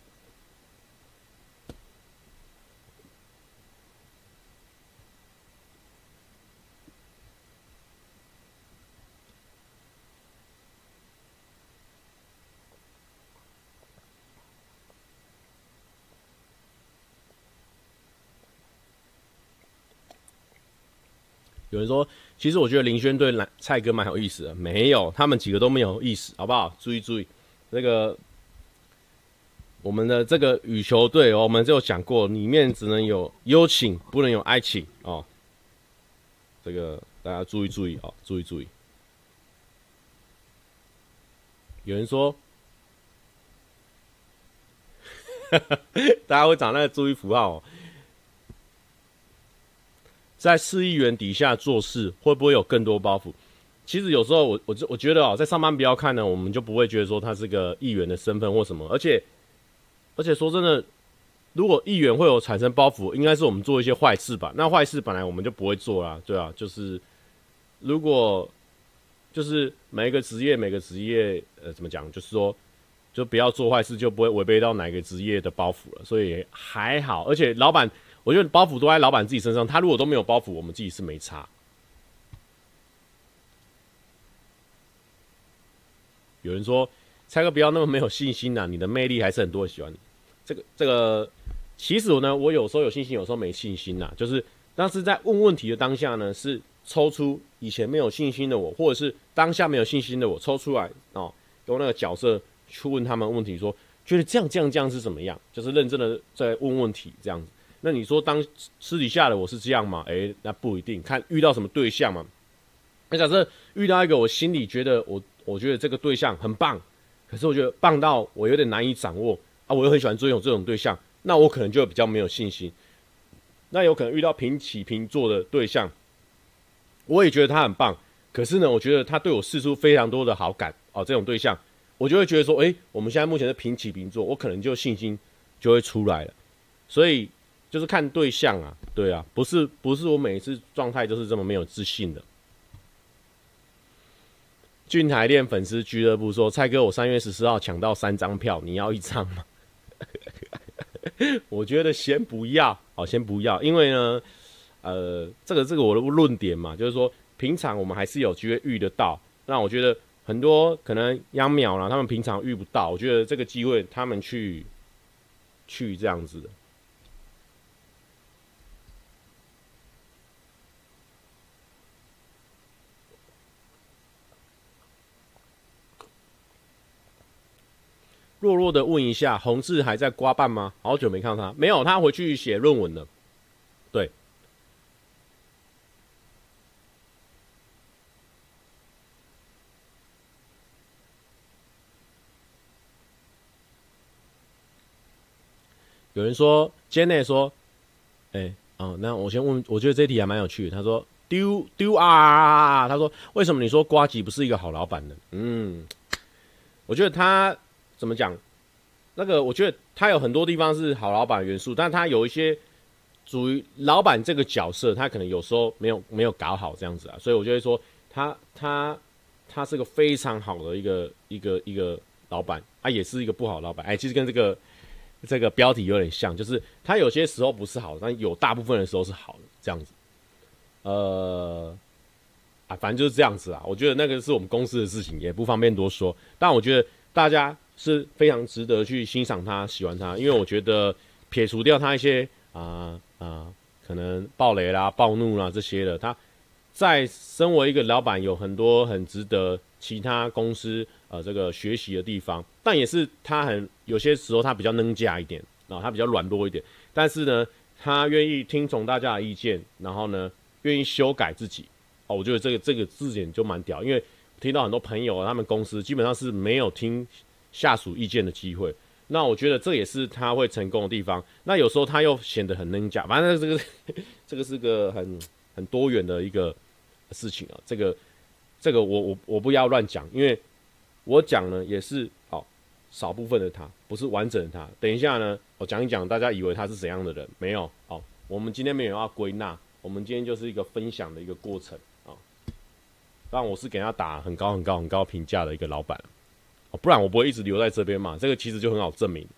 有人说，其实我觉得林轩对蔡哥蛮有意思的，没有，他们几个都没有意思，好不好？注意，这个我们的这个羽球队我们就讲过，里面只能有友情，不能有爱情哦。这个大家注意哦，注意。有人说，大家会找那个注意符号哦。在4亿元底下做事，会不会有更多包袱？其实有时候我觉得在上班不要看呢，我们就不会觉得说他是个议员的身份或什么。而且说真的，如果议员会有产生包袱，应该是我们做一些坏事吧？那坏事本来我们就不会做啦，对啊，就是如果就是每个职业怎么讲，就是说就不要做坏事，就不会违背到哪个职业的包袱了。所以还好，而且老板。 我觉得包袱都在老板自己身上，他如果都没有包袱，我们自己是没差。有人说蔡哥不要那么没有信心啊，你的魅力还是很多人喜欢你。这个其实呢，我有时候有信心，有时候没信心呐。就是当时在问问题的当下呢，是抽出以前没有信心的我，或者是当下没有信心的我抽出来哦，用那个角色去问他们问题说，觉得这样是怎么样？就是认真的在问问题这样子。那你说当私底下的我是这样吗？那不一定，看遇到什么对象嘛。那假设遇到一个我心里觉得我觉得这个对象很棒，可是我觉得棒到我有点难以掌握啊，我又很喜欢追求这种对象，那我可能就比较没有信心。那有可能遇到平起平坐的对象，我也觉得他很棒，可是呢，我觉得他对我释出非常多的好感哦，这种对象，我就会觉得说，我们现在目前是平起平坐，我可能就信心就会出来了。所以就是看对象啊，对啊，不是我每一次状态都是这么没有自信的。俊台练粉丝俱乐部说：“蔡哥，我3月14号抢到3张票，你要1张吗？”我觉得先不要，先不要，因为呢，这个我的论点嘛，就是说，平常我们还是有机会遇得到。那我觉得很多可能秧苗啦，他们平常遇不到，我觉得这个机会他们去这样子的。弱弱的问一下，洪志还在刮办吗？好久没看到他，没有，他回去写论文了。对，有人说 ，Janet 说，那我先问，我觉得这题还蛮有趣的。他说丢啊，他说为什么你说呱吉不是一个好老板呢？我觉得他怎么讲？那个我觉得他有很多地方是好老板的元素，但他有一些属于老板这个角色，他可能有时候没有搞好这样子啊，所以我就会说他是个非常好的一个老板啊，也是一个不好的老板。其实跟这个标题有点像，就是他有些时候不是好的，但有大部分的时候是好的这样子。反正就是这样子啊。我觉得那个是我们公司的事情，也不方便多说。但我觉得大家是非常值得去欣赏他、喜欢他，因为我觉得撇除掉他一些可能暴雷啦、暴怒啦这些的，他在身为一个老板有很多很值得其他公司这个学习的地方，但也是他有些时候他比较能架一点，他比较软弱一点，但是呢，他愿意听从大家的意见，然后呢，愿意修改自己。我觉得这个字眼就蛮屌，因为听到很多朋友他们公司基本上是没有听下属意见的机会。那我觉得这也是他会成功的地方。那有时候他又显得很能讲，反正这个是个很多元的一个事情啊。这个我不要乱讲，因为我讲呢也是少部分的他，不是完整的他。等一下呢，我讲一讲，大家以为他是怎样的人，没有我们今天没有要归纳，我们今天就是一个分享的一个过程当然我是给他打很高评价的一个老板不然我不会一直留在这边嘛。这个其实就很好证明。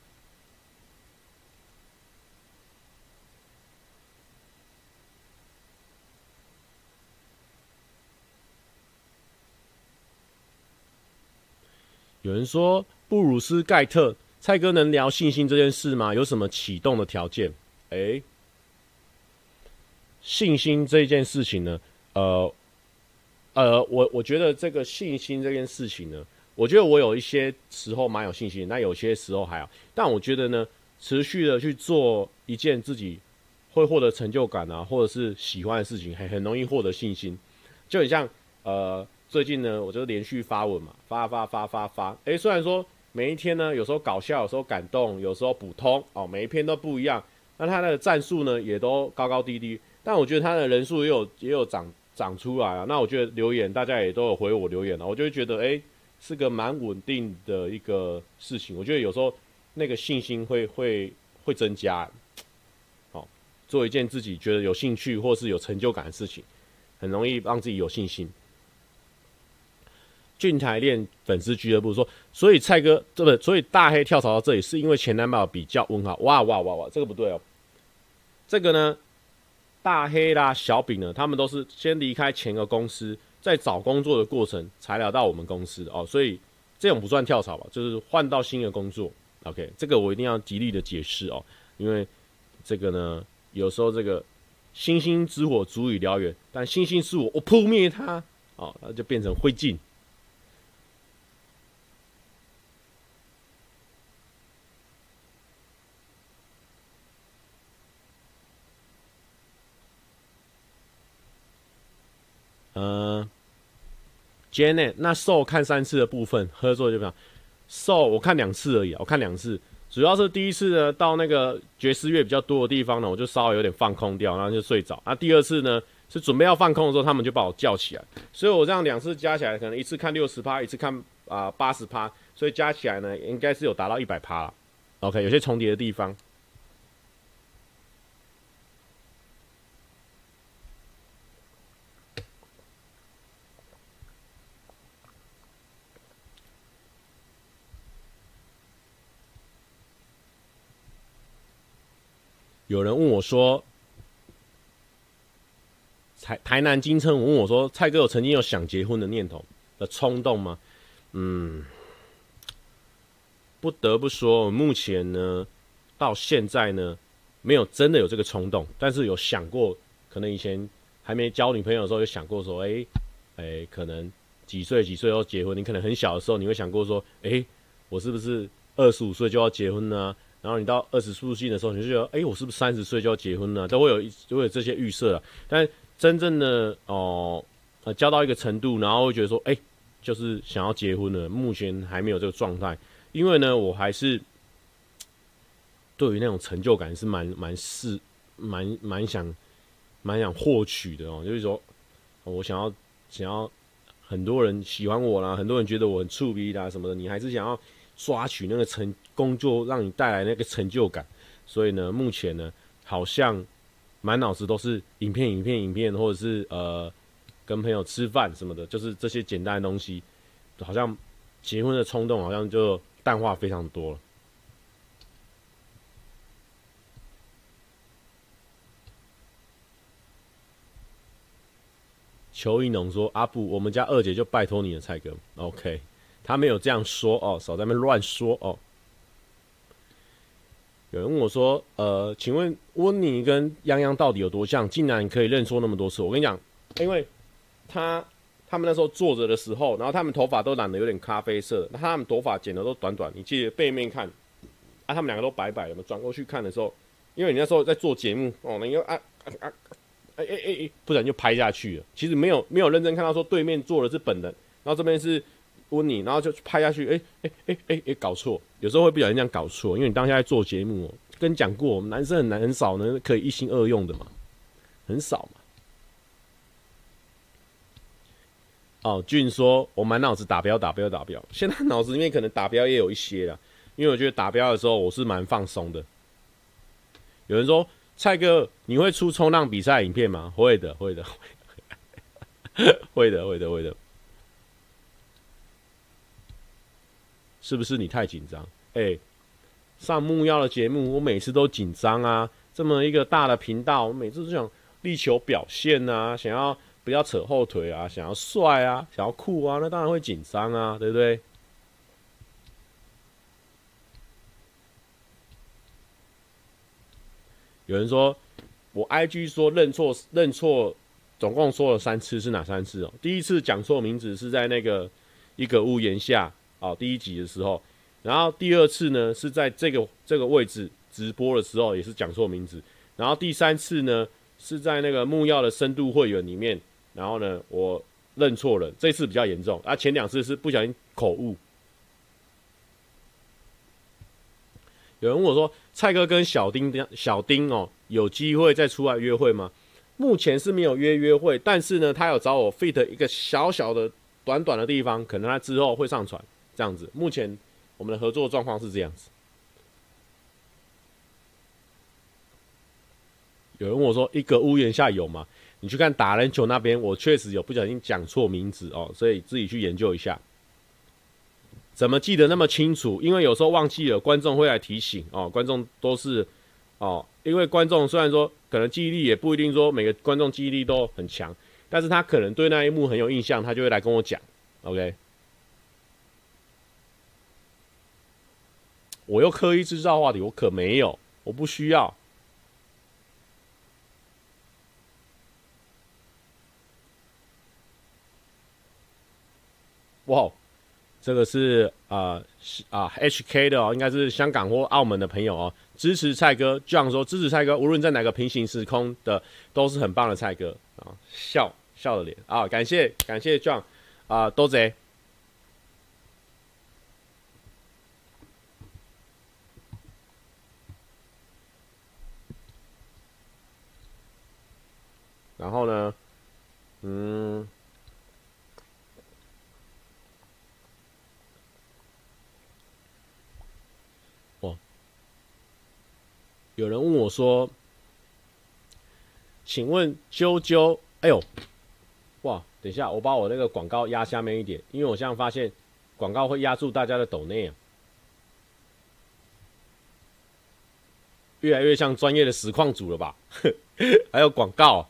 有人说布鲁斯盖特，蔡哥能聊信心这件事吗？有什么启动的条件？信心这件事情呢，我觉得这个信心这件事情呢，我觉得我有一些时候蛮有信心，但有些时候还好。但我觉得呢，持续的去做一件自己会获得成就感或者是喜欢的事情，很容易获得信心。就很像最近呢，我就连续发文嘛，发。虽然说每一天呢，有时候搞笑，有时候感动，有时候普通每一篇都不一样。那他的战术呢，也都高高低低。但我觉得他的人数也有长出来啊。那我觉得留言大家也都有回我留言我就会觉得是个蛮稳定的一个事情。我觉得有时候那个信心会增加。做一件自己觉得有兴趣或是有成就感的事情，很容易让自己有信心。俊台练粉丝俱乐部说，所以蔡哥所以大黑跳槽到这里是因为前男友比较问号。哇，这个不对这个呢，大黑啦、小饼呢，他们都是先离开前个公司，在找工作的过程才来到我们公司的哦，所以这种不算跳槽吧，就是换到新的工作。OK， 这个我一定要极力的解释哦，因为这个呢，有时候这个星星之火足以燎原，但星星之火我扑灭它，哦，它就变成灰烬。Janet， 那 Soul 看3次的部分，合作就不讲。Soul 我看2次而已，我看2次，主要是第一次呢到那个爵士乐比较多的地方呢，我就稍微有点放空掉，然后就睡着。第二次呢是准备要放空的时候，他们就把我叫起来，所以我这样2次加起来，可能一次看60%，一次看80%，所以加起来呢应该是有达到100%啦。OK， 有些重叠的地方。有人问我说，台南金城武问我说，蔡哥有曾经有想结婚的念头的冲动吗？不得不说，目前呢，到现在呢，没有真的有这个冲动，但是有想过，可能以前还没交女朋友的时候，有想过说，可能几岁要结婚？你可能很小的时候，你会想过说，我是不是25岁就要结婚呢？然后你到20出岁的时候，你就觉得，我是不是30岁就要结婚呢？都会有这些预设啊。但真正的交到一个程度，然后会觉得说，就是想要结婚了。目前还没有这个状态，因为呢，我还是对于那种成就感是蛮想获取的哦。就是说，我想要很多人喜欢我啦，很多人觉得我很触逼啦什么的，你还是想要抓取那个工作让你带来那个成就感。所以呢，目前呢，好像满脑子都是影片，或者是跟朋友吃饭什么的，就是这些简单的东西，好像结婚的冲动好像就淡化非常多了。邱一农说：“阿布，我们家2姐就拜托你了，蔡哥。”OK， 他没有这样说哦，少在那边乱说哦。有人问我说：“请问温妮跟泱泱到底有多像？竟然可以认错那么多次？”我跟你讲，因为他们那时候坐着的时候，然后他们头发都染得有点咖啡色，那他们头发剪的都短短，你记得背面看他们2个都白白的，转过去看的时候，因为你那时候在做节目哦，你又不然就拍下去了。其实没有认真看到说对面坐的是本人，然后这边是温妮，然后就拍下去，搞错。有时候会不小心这样搞错，因为你当下在做节目跟你讲过，我们男生很少呢可以一心二用的嘛，很少嘛。俊说我满脑子打标，现在脑子里面可能打标也有一些啦，因为我觉得打标的时候我是蛮放松的。有人说蔡哥，你会出冲浪比赛影片吗？会的。是不是你太紧张？上木曜的节目，我每次都紧张啊。这么一个大的频道，我每次都想力求表现啊，想要不要扯后腿啊，想要帅啊，想要酷啊，那当然会紧张啊，对不对？有人说我 IG 说认错，总共说了3次，是哪3次哦？第一次讲错名字是在那个一个屋檐下第1集的时候，然后第2次呢是在这个位置直播的时候也是讲错名字，然后第3次呢是在那个木曜的深度会员里面，然后呢我认错了，这次比较严重前2次是不小心口误。有人问我说：“蔡哥跟小丁有机会再出来约会吗？”目前是没有约会，但是呢，他有找我 fit 一个小小的、短的地方，可能他之后会上传这样子。目前我们的合作状况是这样子。有人问我说：“一个屋檐下有吗？”你去看打篮球那边，我确实有不小心讲错名字所以自己去研究一下。怎么记得那么清楚？因为有时候忘记了，观众会来提醒观众都是哦，因为观众虽然说可能记忆力也不一定说每个观众记忆力都很强，但是他可能对那一幕很有印象，他就会来跟我讲。OK， 我又刻意制造话题，我可没有，我不需要。哇，这个是HK 的哦，应该是香港或澳门的朋友哦，支持蔡哥。John 说支持蔡哥，无论在哪个平行时空的都是很棒的蔡哥啊，笑的脸啊，感谢 John 多谢。然后呢，有人问我说，请问啾啾，哎呦，哇，等一下，我把我那个广告压下面一点，因为我现在发现广告会压住大家的抖内啊，越来越像专业的实况组了吧？还有广告，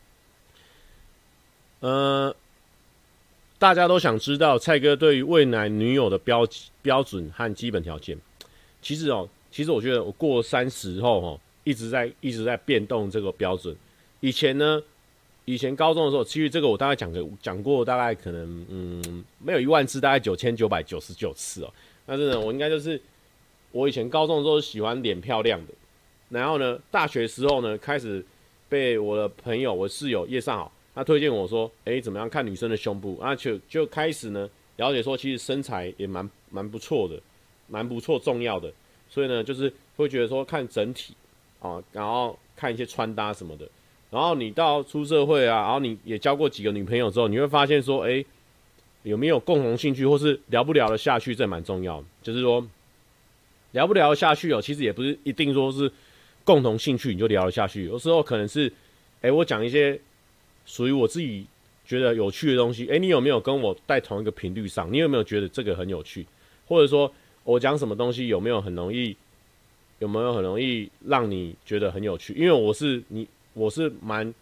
大家都想知道蔡哥对于未来女友的标准和基本条件。其实我觉得我过30后一直在变动这个标准。以前高中的时候，其实这个我大概讲过，大概可能没有10000次，大概9999次哦。但是呢，我应该就是我以前高中的时候喜欢脸漂亮的，然后呢，大学时候呢开始被我的朋友、我室友叶尚好，他推荐我说，怎么样看女生的胸部，啊就开始呢了解说，其实身材也蛮不错的，蛮不错重要的，所以呢就是会觉得说看整体啊，然后看一些穿搭什么的。然后你到出社会啊，然后你也交过几个女朋友之后，你会发现说，有没有共同兴趣，或是聊不聊得下去，这蛮重要的。就是说，聊不聊得下去其实也不是一定说是共同兴趣你就聊得下去，有时候可能是，我讲一些属于我自己觉得有趣的东西，你有没有跟我在同一个频率上？你有没有觉得这个很有趣？或者说我讲什么东西有没有很容易让你觉得很有趣？因为我是蛮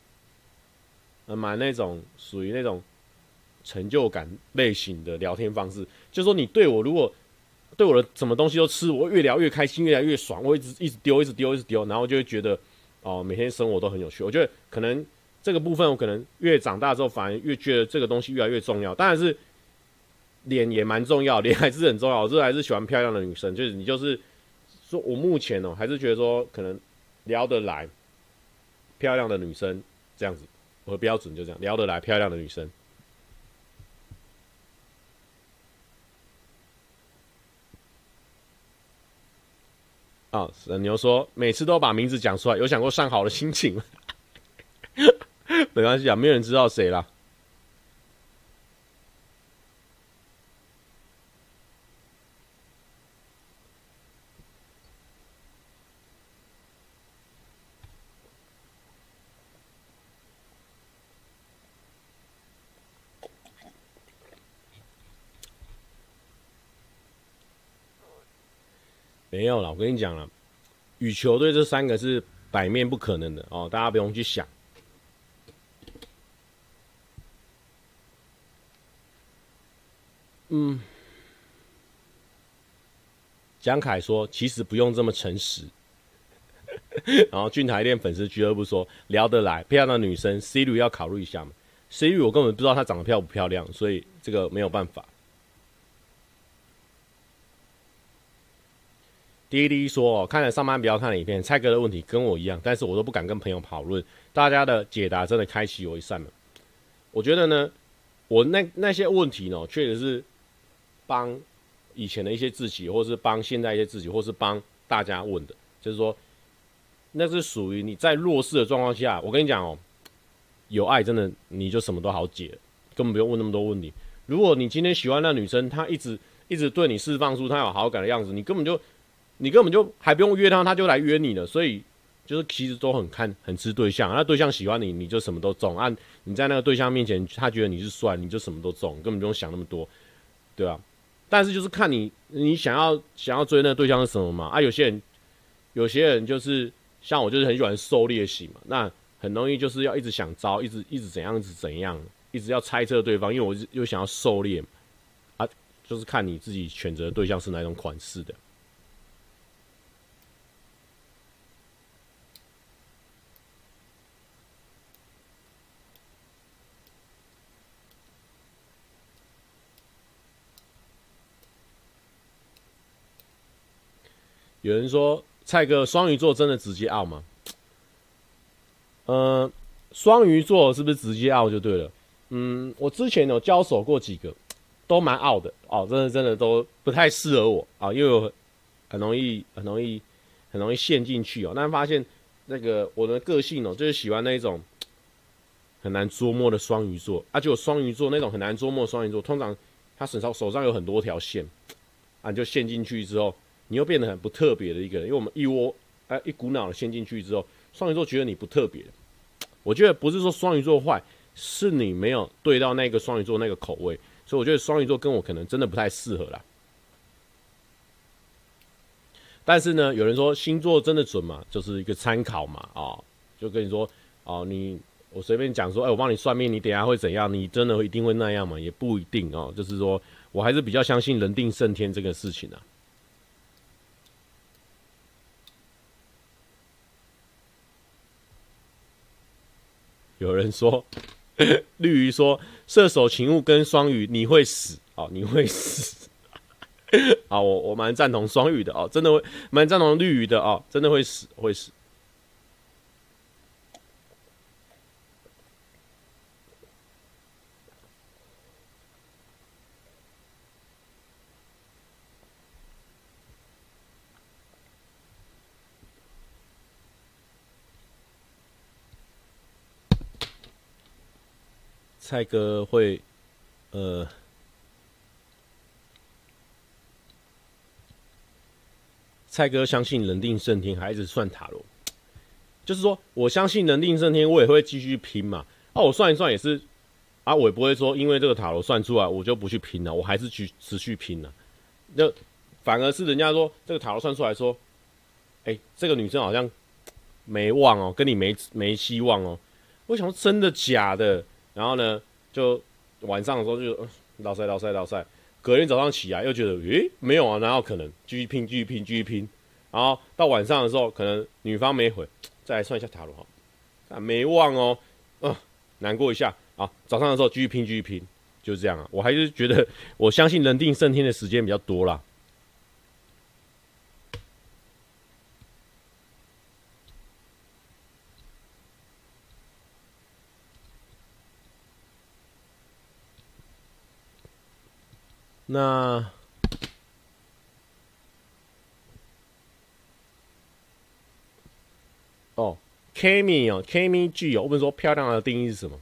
那种属于那种成就感类型的聊天方式，就是说你对我如果对我的什么东西都吃，我越聊越开心，越来越爽，我一直丢，然后就会觉得每天生活都很有趣。我觉得可能这个部分我可能越长大之后，反而越觉得这个东西越来越重要。当然是脸也蛮重要，脸还是很重要，我这还是喜欢漂亮的女生，就是你就是说我目前还是觉得说可能聊得来漂亮的女生这样子，我的标准就这样，聊得来漂亮的女生。沈牛说每次都把名字讲出来，有想过上好的心情吗？没关系啊，没有人知道谁啦。没有啦，我跟你讲了，羽球队这3个是百面不可能的哦，大家不用去想。蒋凯说其实不用这么诚实。然后俊台店粉丝俱乐部说聊得来漂亮的女生 Siri 要考虑一下嘛。Siri 我根本不知道她长得漂不漂亮，所以这个没有办法。D 说看了上班不要看的影片，蔡哥的问题跟我一样，但是我都不敢跟朋友讨论，大家的解答真的开启我一扇门。我觉得呢，我那些问题呢，确实是帮以前的一些自己，或是帮现在一些自己，或是帮大家问的，就是说，那是属于你在弱势的状况下，我跟你讲有爱真的你就什么都好解了，根本不用问那么多问题。如果你今天喜欢那女生，她一直对你释放出她有好感的样子，你根本就还不用约她，她就来约你了。所以就是其实都很吃对象，那对象喜欢你，你就什么都中啊。你在那个对象面前，他觉得你是帅，你就什么都中，根本不用想那么多，对吧？但是就是看你想要追那个对象是什么嘛。有些人有些人就是像我，就是很喜欢狩猎型嘛，那很容易就是要一直想招，一直怎样，一直怎样，一直要猜测对方，因为我又想要狩猎嘛，啊，就是看你自己选择的对象是哪种款式的。有人说蔡哥双鱼座真的直接傲吗？双鱼座是不是直接傲就对了？我之前有交手过几个，都蛮傲的哦，真的都不太适合我啊，因为我很容易陷进去哦。但发现那个我的个性哦，就是喜欢那一种很难捉摸的双鱼座啊，就双鱼座那种很难捉摸的双鱼座，通常他手上有很多条线啊，你就陷进去之后，你又变得很不特别的一个人，因为我们一股脑的陷进去之后，双鱼座觉得你不特别。我觉得不是说双鱼座坏，是你没有对到那个双鱼座那个口味，所以我觉得双鱼座跟我可能真的不太适合啦。但是呢，有人说星座真的准嘛，就是一个参考嘛，就跟你说我随便讲说，我帮你算命，你等一下会怎样？你真的一定会那样吗？也不一定哦。就是说我还是比较相信人定胜天这个事情啊。有人说，绿鱼说射手请勿跟双鱼，你会死哦，你会死。好，我蛮赞同双鱼的哦，真的会蛮赞同绿鱼的哦，真的会死，会死。蔡哥会，蔡哥相信人定胜天，还一直算塔罗，就是说我相信人定胜天，我也会继续拼嘛。我算一算也是，我也不会说因为这个塔罗算出来我就不去拼了，我还是持续拼了。就反而是人家说这个塔罗算出来说，这个女生好像没望哦，跟你没希望哦。我想说真的假的？然后呢，就晚上的时候就老塞，隔天早上起来又觉得，没有啊，哪有可能？继续拼。然后到晚上的时候，可能女方没回，再来算一下塔罗哈，没望哦，难过一下啊。早上的时候继续拼，就是这样啊。我还是觉得我相信人定胜天的时间比较多啦。那Kami G 我问说漂亮的定义是什么？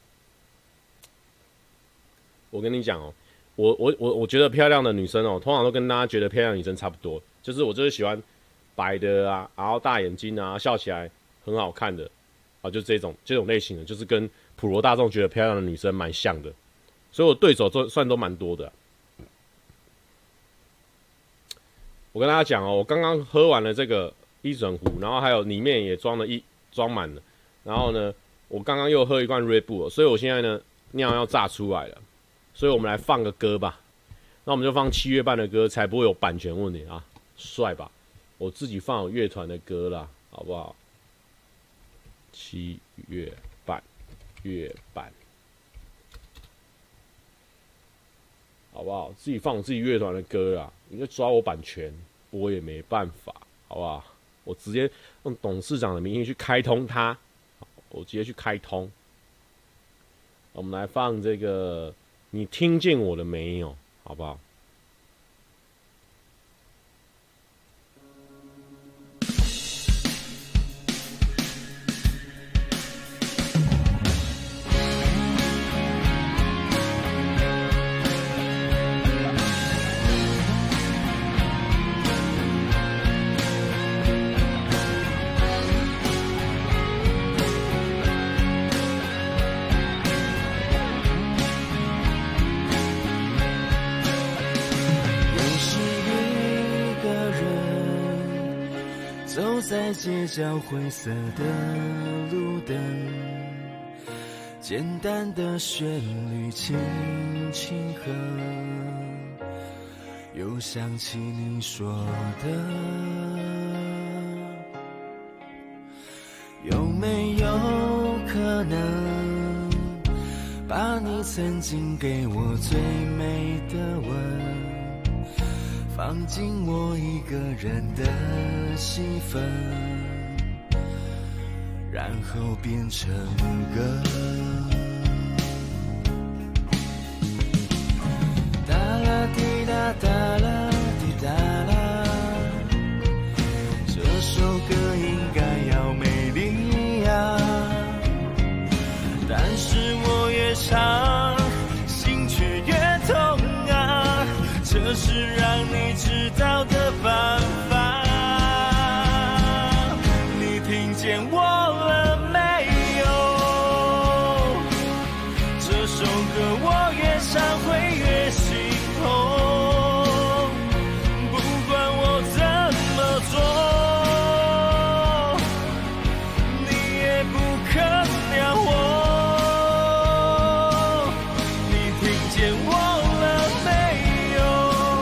我跟你讲哦，我觉得漂亮的女生哦，通常都跟大家觉得漂亮的女生差不多，就是我就是喜欢白的啊，然后大眼睛啊，笑起来很好看的啊，就这种类型的，就是跟普罗大众觉得漂亮的女生蛮像的，所以我对手算都蛮多的。我跟大家讲哦，我刚刚喝完了这个一整壶，然后还有里面也装满了，然后呢，我刚刚又喝一罐 Red Bull， 所以我现在呢尿要炸出来了，所以我们来放个歌吧。那我们就放7月半的歌，才不会有版权问题啊，帅吧？我自己放有乐团的歌啦，好不好？7月半，月半，好不好？自己放我自己乐团的歌啦，你就抓我版权，我也没办法，好不好？我直接用董事长的名义去开通它，我直接去开通。我们来放这个，你听见我了没有？好不好？
在街角灰色的路灯，简单的旋律轻轻和，又想起你说的，有没有可能把你曾经给我最美的吻放进我一个人的戏份，然后变成歌。哒啦滴哒哒啦滴哒啦，这首歌应该要美丽呀，但是我越唱心却越痛啊，这是让你知道的办法。你听见我了没有？这首歌我越唱会越心痛，不管我怎么做，你也不肯鸟我。你听见我了没有？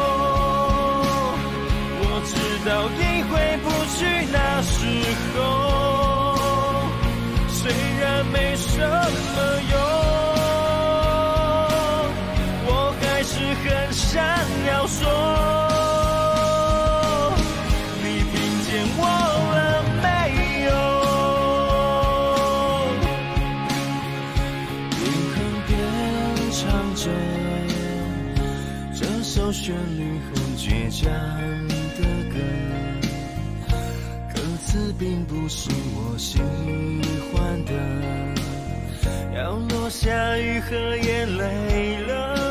我知道已回不去那时候，虽然没什么用，我还是很想要说。你听见我了没有？边哼边唱着这首旋律很倔强的歌，歌词并不是我喜欢的，要落下雨和眼泪了。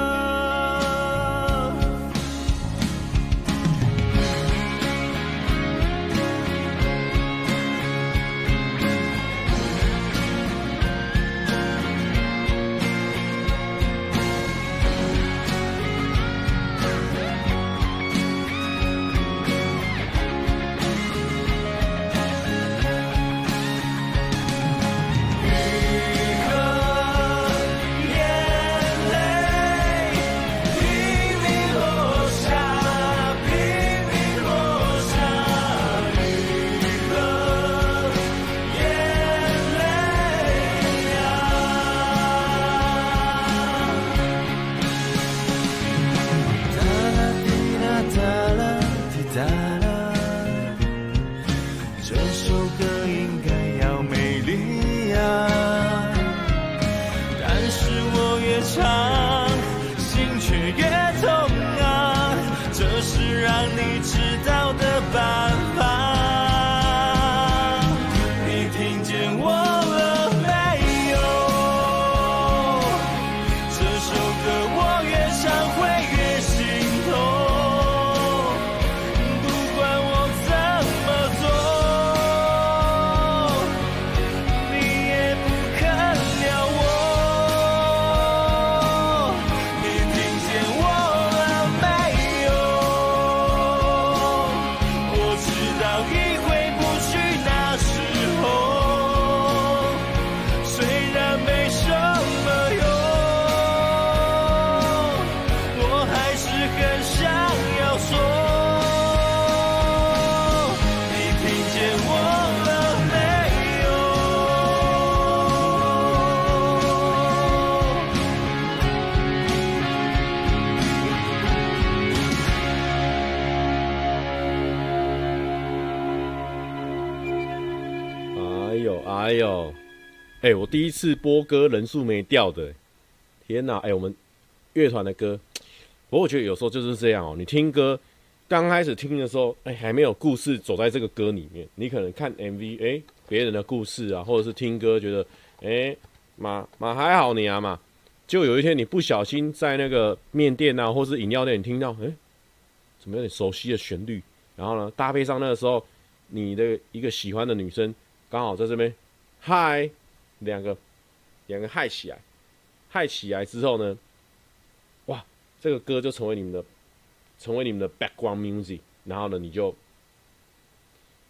我第一次播歌人数没掉的，天哪！我们乐团的歌，不过我觉得有时候就是这样哦。你听歌刚开始听的时候，还没有故事走在这个歌里面，你可能看 MV，别人的故事啊，或者是听歌觉得，马还好你啊嘛，就有一天你不小心在那个面店啊，或是饮料店，你听到，怎么有点熟悉的旋律，然后呢，搭配上那个时候你的一个喜欢的女生刚好在这边，嗨。两个嗨起来之后呢，哇，这个歌就成为你们的 background music， 然后呢，你就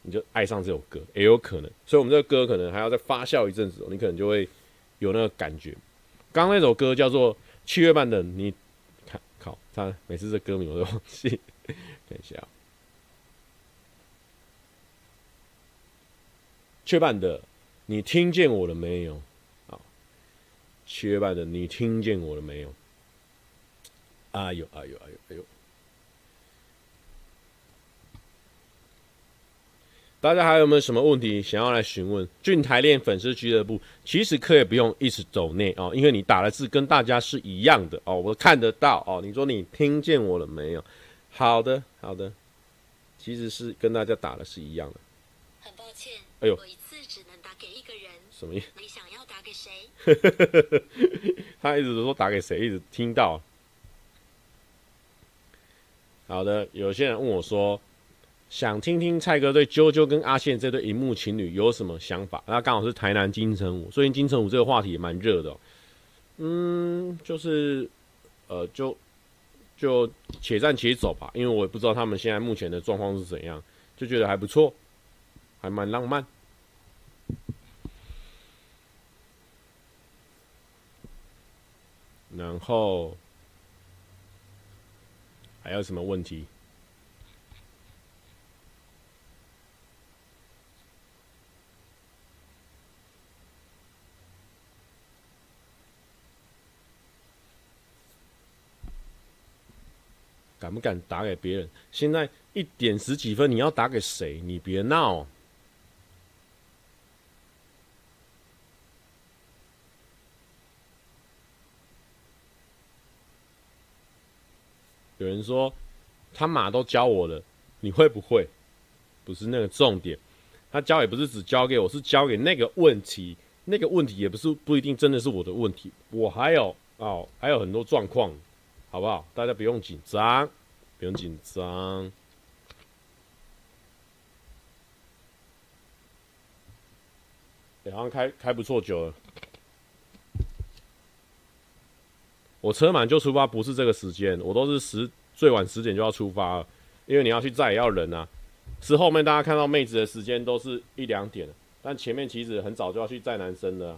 你就爱上这首歌，也有可能。所以我们这个歌可能还要再发酵一阵子，你可能就会有那个感觉。刚刚那首歌叫做7月半的你，靠，他每次这歌名我都忘记，看一下7月半的你听见我了没有？好，7月半的你听见我了没有？哎呦哎呦哎呦哎呦！大家还有没有什么问题想要来询问？俊台练粉丝俱乐部其实可以不用一直抖内哦，因为你打的字跟大家是一样的哦，我看得到哦。你说你听见我了没有？好的好的，其实是跟大家打的是一样的。
很抱歉，
哎呦，
我一次只能打给一个人。
什么意思？
你想要打给谁？
他一直说打给谁，一直听到。好的，有些人问我说，想听听蔡哥对啾啾跟阿宪这对荧幕情侣有什么想法？那刚好是台南金城武，最近金城武这个话题也蛮热的哦。就是就且战且走吧，因为我也不知道他们现在目前的状况是怎样，就觉得还不错，还蛮浪漫。然后还有什么问题？敢不敢打给别人？现在1点10几分，你要打给谁？你别闹！有人说他马都教我了，你会不会？不是那个重点，他教也不是只教给我，是教给那个问题，那个问题也不一定真的是我的问题，我还有很多状况，好不好？大家不用紧张，不用紧张。好像开不错酒了。我车满就出发，不是这个时间，我都是最晚10点就要出发了，因为你要去载也要人啊。是后面大家看到妹子的时间都是1、2点了，但前面其实很早就要去载男生的啊。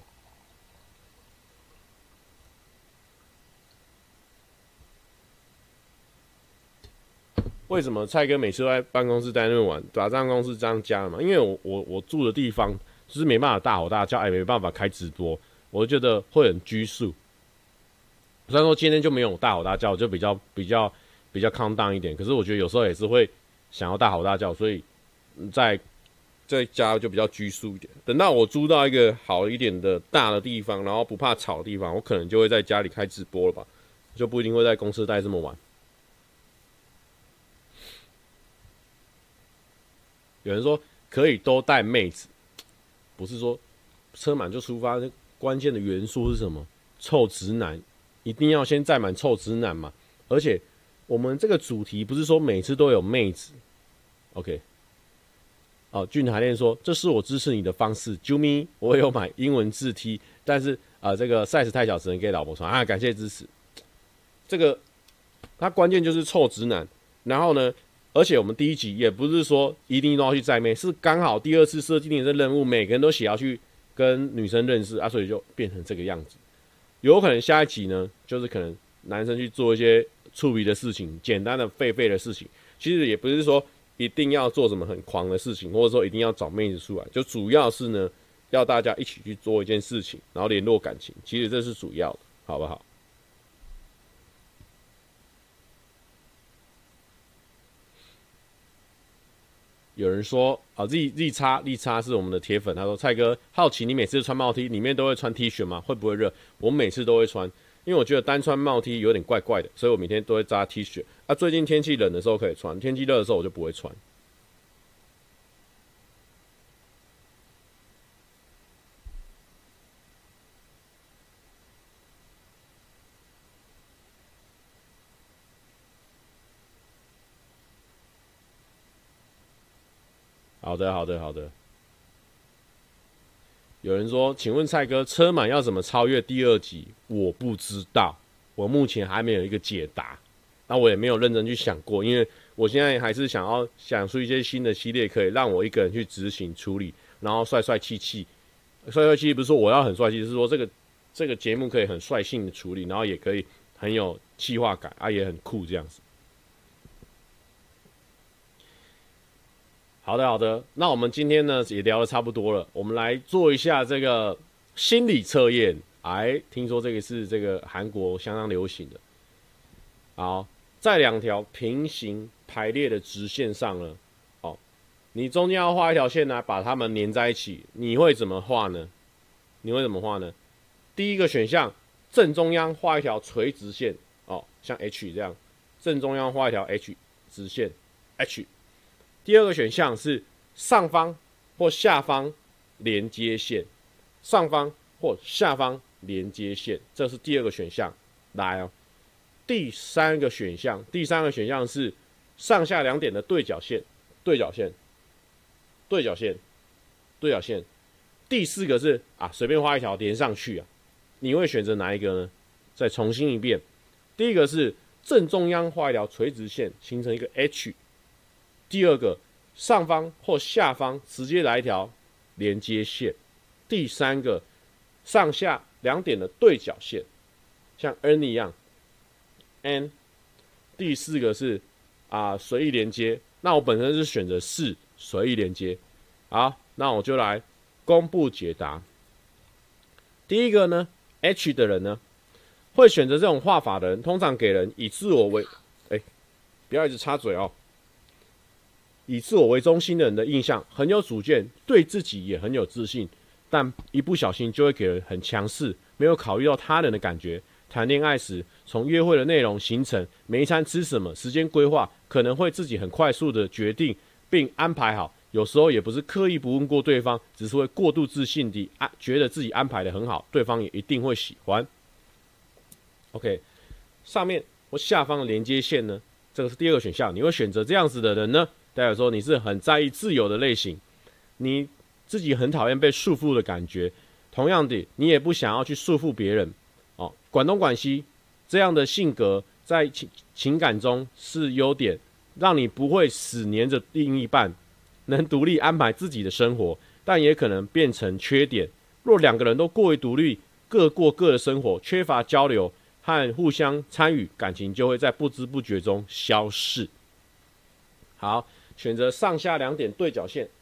为什么蔡哥每次都在办公室待那么晚？把办公室这样加了嘛？因为我住的地方就是没办法大吼大叫，也没办法开直播，我就觉得会很拘束。虽然说今天就没有大吼大叫，就比较calm down一点，可是我觉得有时候也是会想要大吼大叫，所以在家就比较拘束一点。等到我租到一个好一点的大的地方，然后不怕吵的地方，我可能就会在家里开直播了吧，就不一定会在公司待这么晚。有人说可以都带妹子，不是说车满就出发，关键的元素是什么？臭直男。一定要先载满臭直男嘛，而且我们这个主题不是说每次都有妹子 ，OK？ 俊海练说这是我支持你的方式，啾咪，我有买英文字 T， 但是这个 size 太小，只能给老婆穿啊，感谢支持。这个它关键就是臭直男，然后呢，而且我们第1集也不是说一定都要去载妹，是刚好第2次设计的任务，每个人都写要去跟女生认识啊，所以就变成这个样子。有可能下一集呢，就是可能男生去做一些触鼻的事情，简单的狒的事情，其实也不是说一定要做什么很狂的事情，或者说一定要找妹子出来，就主要是呢，要大家一起去做一件事情，然后联络感情，其实这是主要的，好不好？有人说利叉是我们的铁粉，他说蔡哥好奇你每次穿帽 T 里面都会穿 T 恤吗？会不会热？我每次都会穿，因为我觉得单穿帽 T 有点怪怪的，所以我每天都会扎 T 恤。最近天气冷的时候可以穿，天气热的时候我就不会穿。好的。有人说，请问蔡哥，车满要怎么超越第2集？我不知道，我目前还没有一个解答。那我也没有认真去想过，因为我现在还是想出一些新的系列，可以让我一个人去执行处理，然后帅帅气气不是说我要很帅气，是说这个节目可以很率性的处理，然后也可以很有企划感啊，也很酷这样子。好的，那我们今天呢也聊得差不多了，我们来做一下这个心理测验。听说这个是这个韩国相当流行的。好，在2条平行排列的直线上呢，你中间要画一条线来把它们连在一起，你会怎么画呢？第一个选项，正中央画一条垂直线，像 H 这样，正中央画一条 H 直线 H。第二个选项是上方或下方连接线，上方或下方连接线，这是第二个选项。来第三个选项是上下2点的对角线。第四个是随便画一条连上去你会选择哪一个呢？再重新一遍，第一个是正中央画一条垂直线，形成一个 H。第二个，上方或下方直接来一条连接线。第三个，上下2点的对角线，像 N 一样 N。第四个是随意连接，那我本身是选择4随意连接。好，那我就来公布解答。第一个呢 ，H 的人呢，会选择这种画法的人，通常给人以自我为不要一直插嘴以自我为中心的人的印象很有主见，对自己也很有自信，但一不小心就会给人很强势，没有考虑到他人的感觉。谈恋爱时，从约会的内容、行程、每一餐吃什么、时间规划，可能会自己很快速的决定并安排好。有时候也不是刻意不问过对方，只是会过度自信地觉得自己安排的很好，对方也一定会喜欢。OK， 上面或下方的连接线呢？这个是第二个选项。你会选择这样子的人呢？代表说你是很在意自由的类型，你自己很讨厌被束缚的感觉。同样的，你也不想要去束缚别人。管东管西这样的性格在情感中是优点，让你不会死黏着另一半，能独立安排自己的生活，但也可能变成缺点。若2个人都过于独立，各过各的生活，缺乏交流和互相参与，感情就会在不知不觉中消逝。好，选择上下2点对角线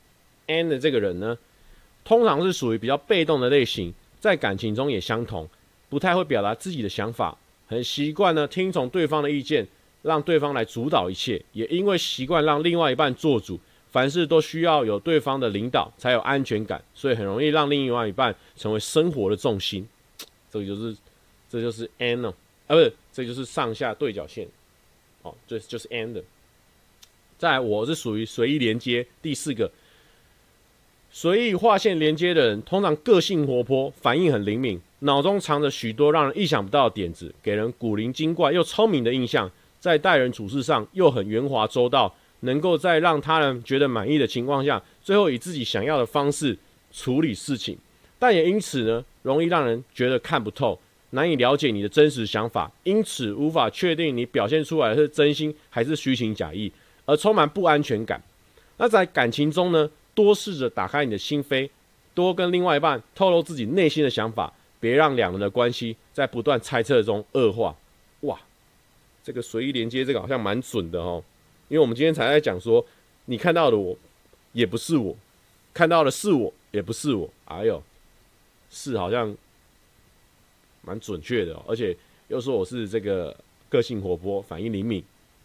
N 的这个人呢，通常是属于比较被动的类型，在感情中也相同，不太会表达自己的想法，很习惯呢听从对方的意见，让对方来主导一切，也因为习惯让另外一半做主，凡事都需要有对方的领导才有安全感，所以很容易让另外一半成为生活的重心。这就是 N 不是，这就是上下对角线这就是 N 的。再来，我是属于随意连接，第4个。随意划线连接的人，通常个性活泼，反应很灵敏，脑中藏着许多让人意想不到的点子，给人古灵精怪又聪明的印象。在待人处事上又很圆滑周到，能够在让他人觉得满意的情况下，最后以自己想要的方式处理事情。但也因此呢，容易让人觉得看不透，难以了解你的真实想法，因此无法确定你表现出来的是真心还是虚情假意，而充满不安全感。那在感情中呢，多试着打开你的心扉，多跟另外一半透露自己内心的想法，别让2人的关系在不断猜测中恶化。哇，这个随意连接这个好像蛮准的因为我们今天才在讲说，你看到的我也不是我，看到的是我也不是我。是好像蛮准确的而且又说我是这个个性活泼，反应灵敏。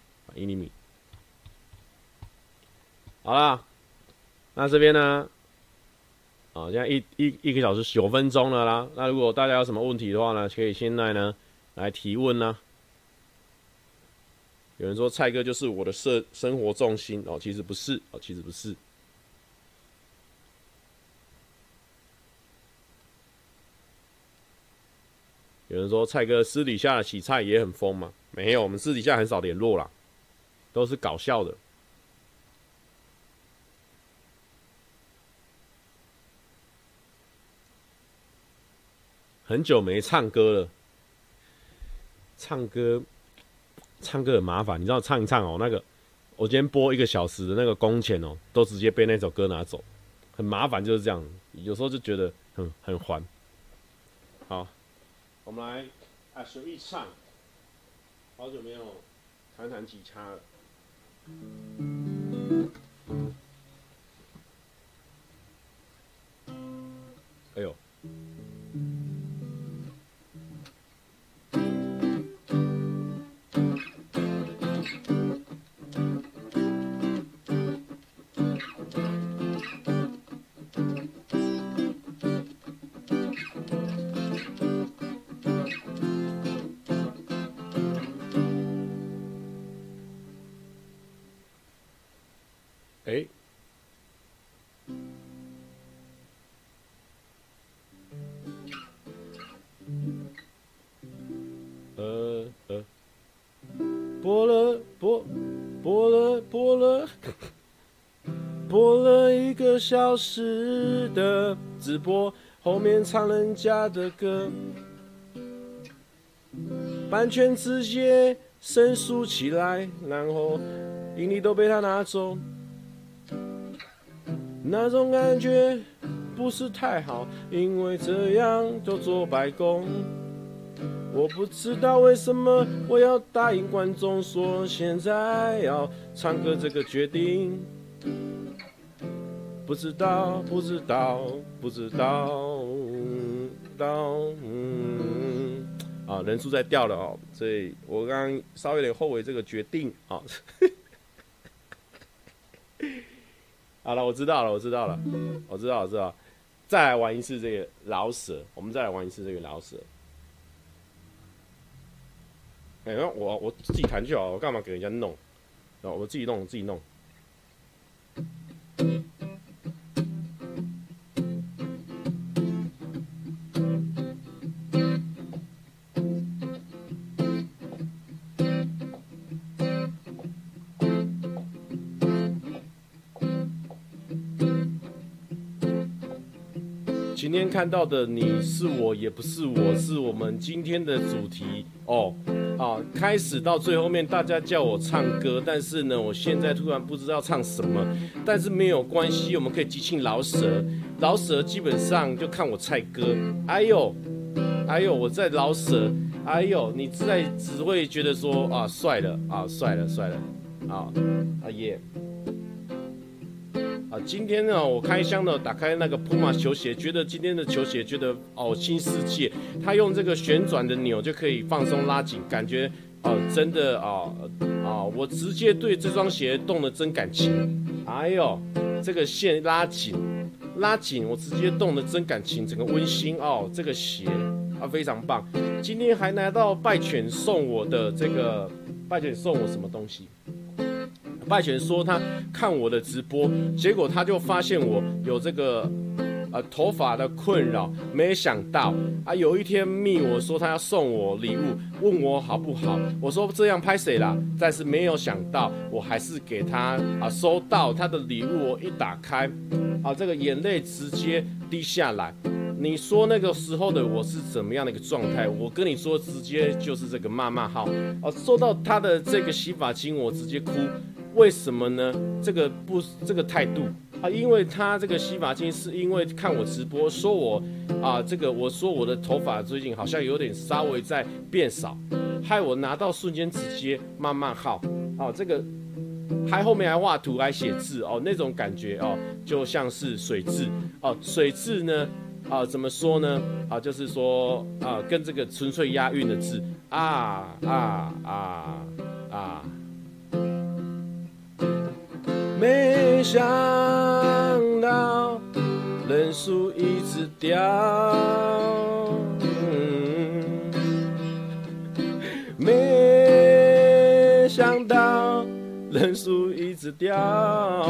好啦，那这边呢，现在一个小时9分钟了啦。那如果大家有什么问题的话呢，可以现在呢来提问啦。有人说蔡哥就是我的生活重心其实不是有人说蔡哥私底下的洗菜也很疯嘛？没有，我们私底下很少联络啦，都是搞笑的。很久没唱歌了，唱歌很麻烦，你知道唱一唱那个我今天播1个小时的那个工钱哦，都直接被那首歌拿走，很麻烦，就是这样。有时候就觉得很烦。好，我们来随意唱，好久没有弹吉他了。哎呦！哎，播了1个小时的直播，后面唱人家的歌，版权直接申诉起来，然后盈利都被他拿走，那种感觉不是太好，因为这样就做白工。我不知道为什么我要答应观众说现在要唱歌这个决定，不知道，人数在掉了哦，所以我刚刚稍微有点后悔这个决定啊。好了，我知道了，再来玩一次这个饶舌，我们再来玩一次这个饶舌。我自己弹就好，我干嘛给人家弄？我自己弄。今天看到的你是我也不是我，是我们今天的主题哦。开始到最后面，大家叫我唱歌，但是呢，我现在突然不知道唱什么，但是没有关系，我们可以即兴饶舌。饶舌基本上就看我唱歌。哎呦，我在饶舌。哎呦，你只会觉得说啊，帅了，耶。今天呢，我开箱呢，打开那个 Puma 球鞋，觉得今天的球鞋觉得新世界，它用这个旋转的钮就可以放松拉紧，感觉真的我直接对这双鞋动了真感情。哎呦，这个线拉紧，我直接动了真感情，整个温馨哦，这个鞋非常棒。今天还拿到拜犬送我的这个，拜犬送我什么东西？拜犬说他看我的直播，结果他就发现我有这个头发的困扰，没想到有一天密我说他要送我礼物，问我好不好，我说这样拍谁啦，但是没有想到我还是给他收到他的礼物，我一打开这个眼泪直接滴下来。你说那个时候的我是怎么样的一个状态？我跟你说，直接就是这个骂号收到他的这个洗发精，我直接哭。为什么呢？这个态度因为他这个洗发精是因为看我直播，说我我说我的头发最近好像有点稍微在变少，害我拿到瞬间直接骂号这个还后面还画图还写字那种感觉就像是水字水字呢怎么说呢就是说跟这个纯粹押韵的字没想到人数一直掉，没想到人数一直掉。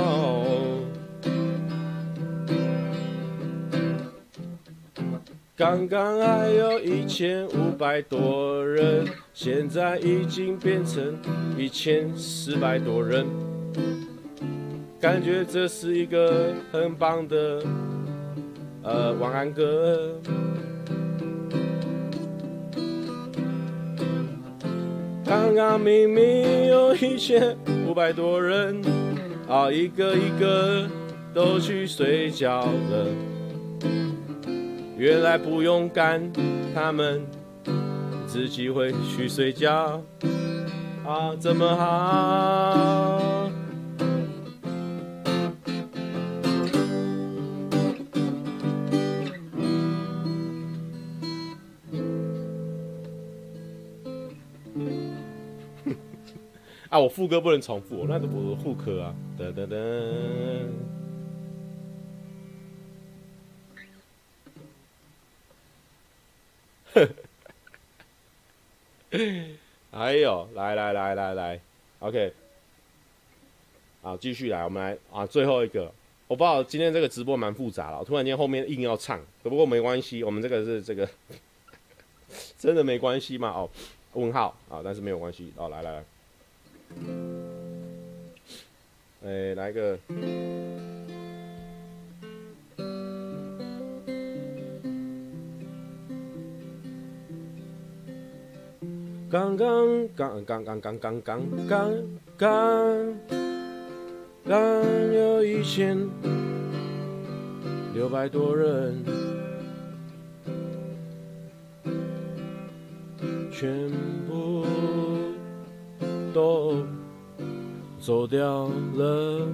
刚刚还有1500多人，现在已经变成1400多人。感觉这是一个很棒的晚安歌。刚刚明明有1500 600多人，啊，一个一个都去睡觉了。原来不用赶，他们自己会去睡觉。啊，这么好。啊，我副歌不能重复，那是我的副歌啊。噔噔噔。哎呦，来 ，OK， 好，继续来，我们来啊，最后一个，我不知道今天这个直播蛮复杂了，我突然间后面硬要唱，不过没关系，我们这个是这个真的没关系嘛？哦，问号啊，但是没有关系哦，来，来个。刚有1600多人，全部都走掉了。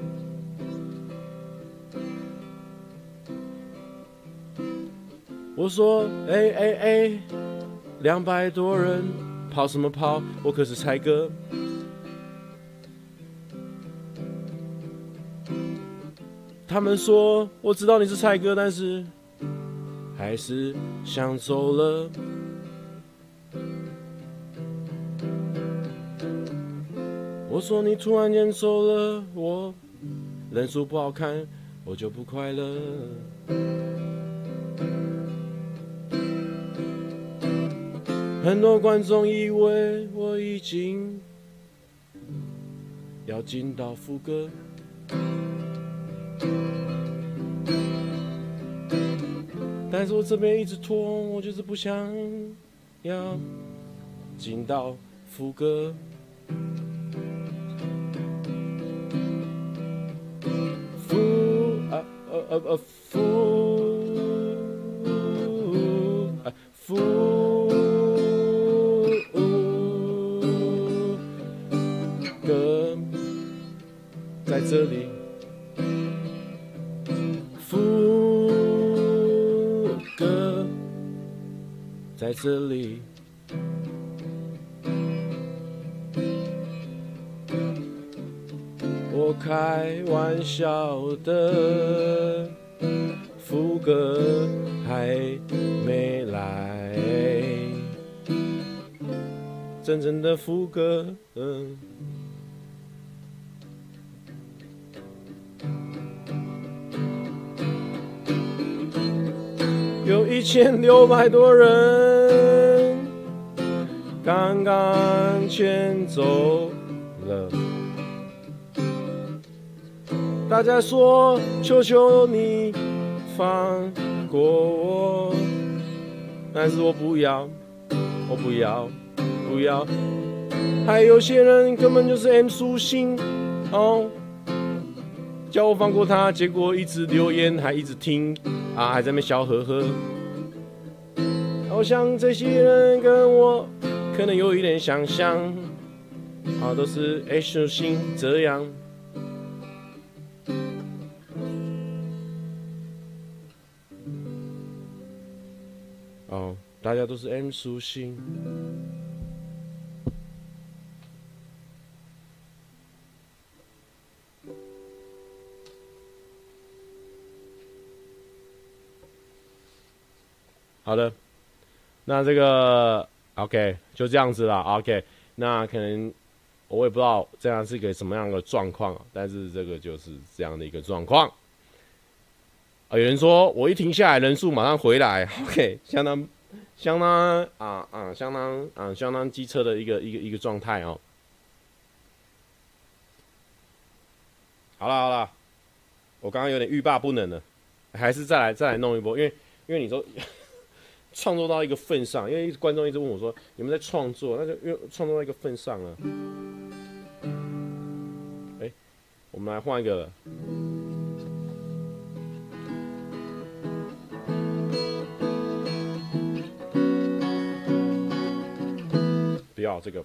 我说200多人。跑什么跑？我可是蔡哥。他们说我知道你是蔡哥，但是还是想走了。我说你突然间走了，我人数不好看，我就不快乐。很多观众以为我已经要进到副歌，但是我这边一直拖，我就是不想要进到副歌。在这里，副歌在这里，我开玩笑的，副歌还没来，真正的副歌，有1600多人，刚刚全走了。大家说，求求你放过我，但是我不要，我不要，不要。还有些人根本就是 M 属性哦，叫我放过他，结果一直留言，还一直听。啊，还在那边笑呵呵。好像这些人跟我可能有一点相像，啊，都是 H 属性这样。哦，大家都是 M 属性。好的，那这个 OK 就这样子啦 OK， 那可能我也不知道这样是一个什么样的状况，但是这个就是这样的一个状况。有人说我一停下来，人数马上回来 ，OK， 相当机车的一个状态哦。好了，我刚刚有点欲罢不能了，还是再来弄一波，因为你说。创作到一个份上，因为观众一直问我说：“你们在创作，那就因为创作到一个份上了。” 我们来换一个。不要这个，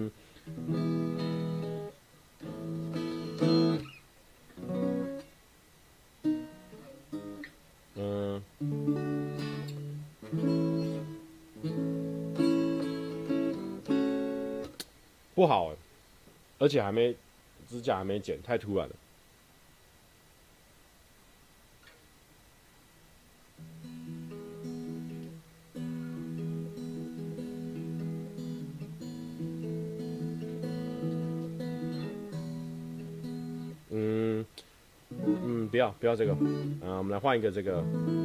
不好哎，而且指甲还没剪，太突然了。不要这个，我们来换一个这个。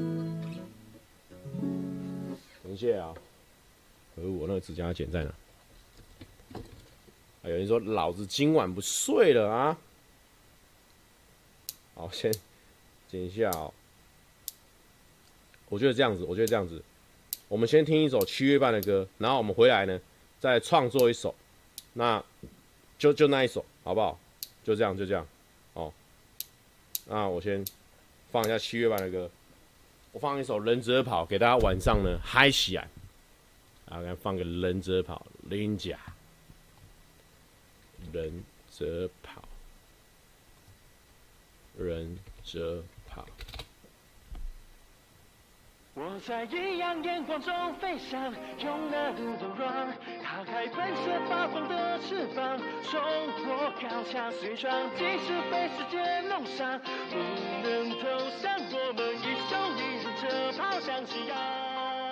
等一下啊，我那个指甲剪在哪？有人说老子今晚不睡了啊！好，先剪一下哦。我觉得这样子，我们先听一首7月半的歌，然后我们回来呢，再创作一首，那就那一首，好不好？就这样，哦。那我先放一下7月半的歌，我放一首《忍者跑》，给大家晚上呢嗨起来。然后放个《忍者跑》，林甲。忍者跑，忍者跑。
我在异样眼光中飞翔，用那路柔软，打开喷射发光的翅膀，冲破高墙碎窗，即使被世界弄伤，不能投降。我们一手一忍着跑向夕阳。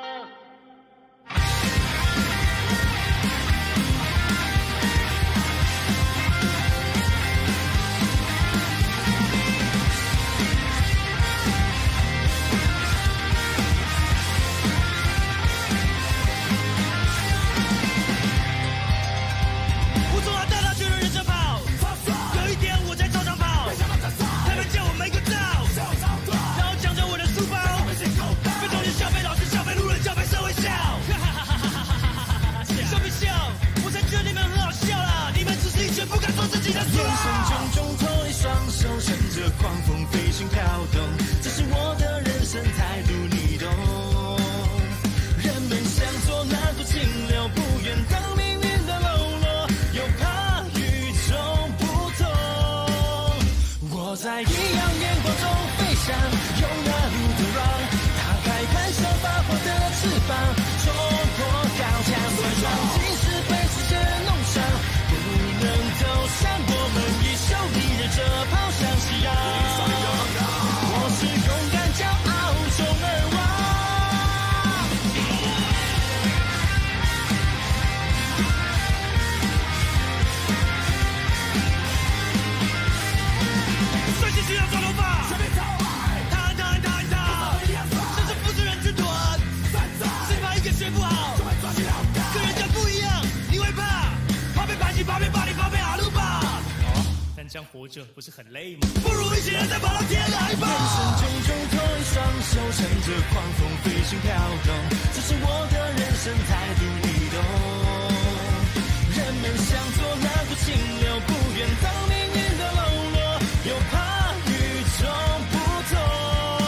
眼神炯炯，托一双手，乘着狂风飞行飘动，这是我的人生态度，你懂。人们想做那股清流，不愿当命运的喽啰，又怕与众不同。我在异样眼光中飞翔，用那路途让打开喷射发光的翅膀，冲破高墙碎窗，即使被世界弄伤，不能投降。我们一手一忍着跑向夕阳，我是勇敢骄傲中而亡。帅气需要抓头发，随便套他，这是不是人之短，谁怕一个学不好，跟人家不一样，你会怕被排挤，怕被霸凌，怕被阿鲁巴。这样活着不是很累吗？不如一起人再跑到天来吧！眼神炯炯，托一双手，乘着狂风飞行飘动，这是我的人生态度，你懂。人们想做那股清流，不愿当命运的喽啰，又怕与众不同。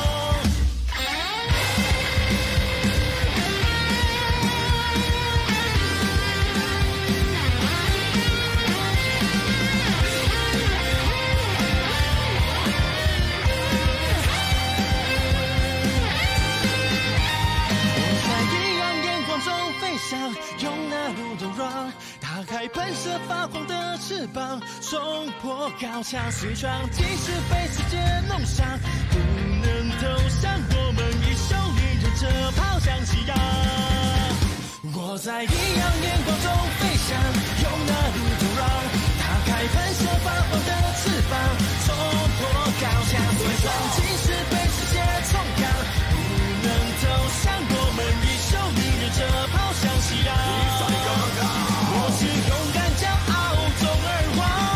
用那路柔软，打开喷射发光的翅膀，冲破高墙碎窗，即使被世界弄伤，不能投降。我们一手一忍着跑向夕阳。我在异样眼光中飞翔，用那路柔软，打开喷射发光的翅膀，冲破高墙碎窗，即使被世界冲干，不能投降。我们一手一忍着跑向夕阳，我是勇敢骄傲中而亡。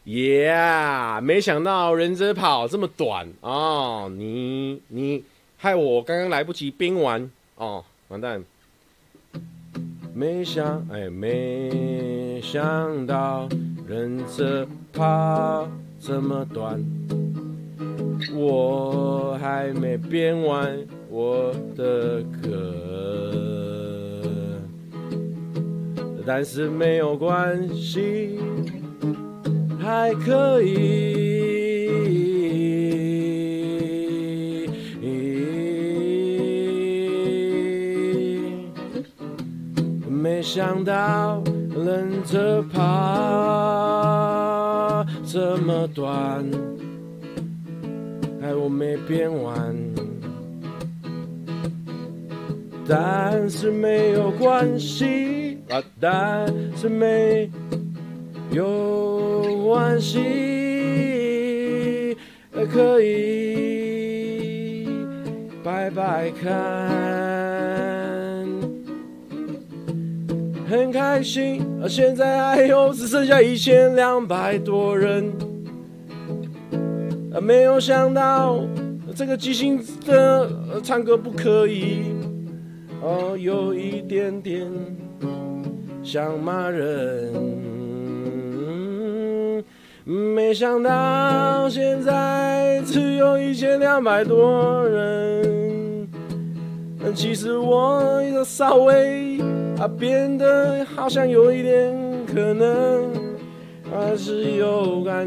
Yeah， 没想到忍者跑这么短哦，你害我刚刚来不及编完哦，完蛋。没想到忍者跑这么短，我还没编完我的歌，但是没有关系，还可以。没想到忍者跑这么短，还我没编完，但是没有关系啊，但是没有关系，可以拜拜看。很开心，现在还有只剩下1200多人，没有想到这个即兴的唱歌不可以，有一点点想骂人。没想到现在只有1200多人，其实我稍微变得好像有一点可能，还是有感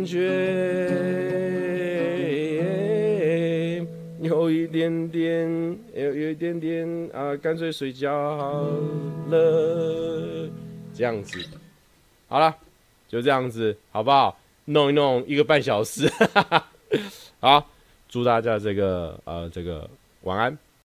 觉，有一点点干脆睡觉好了，这样子，好了，就这样子，好不好？弄一弄1个半小时，好，祝大家这个晚安。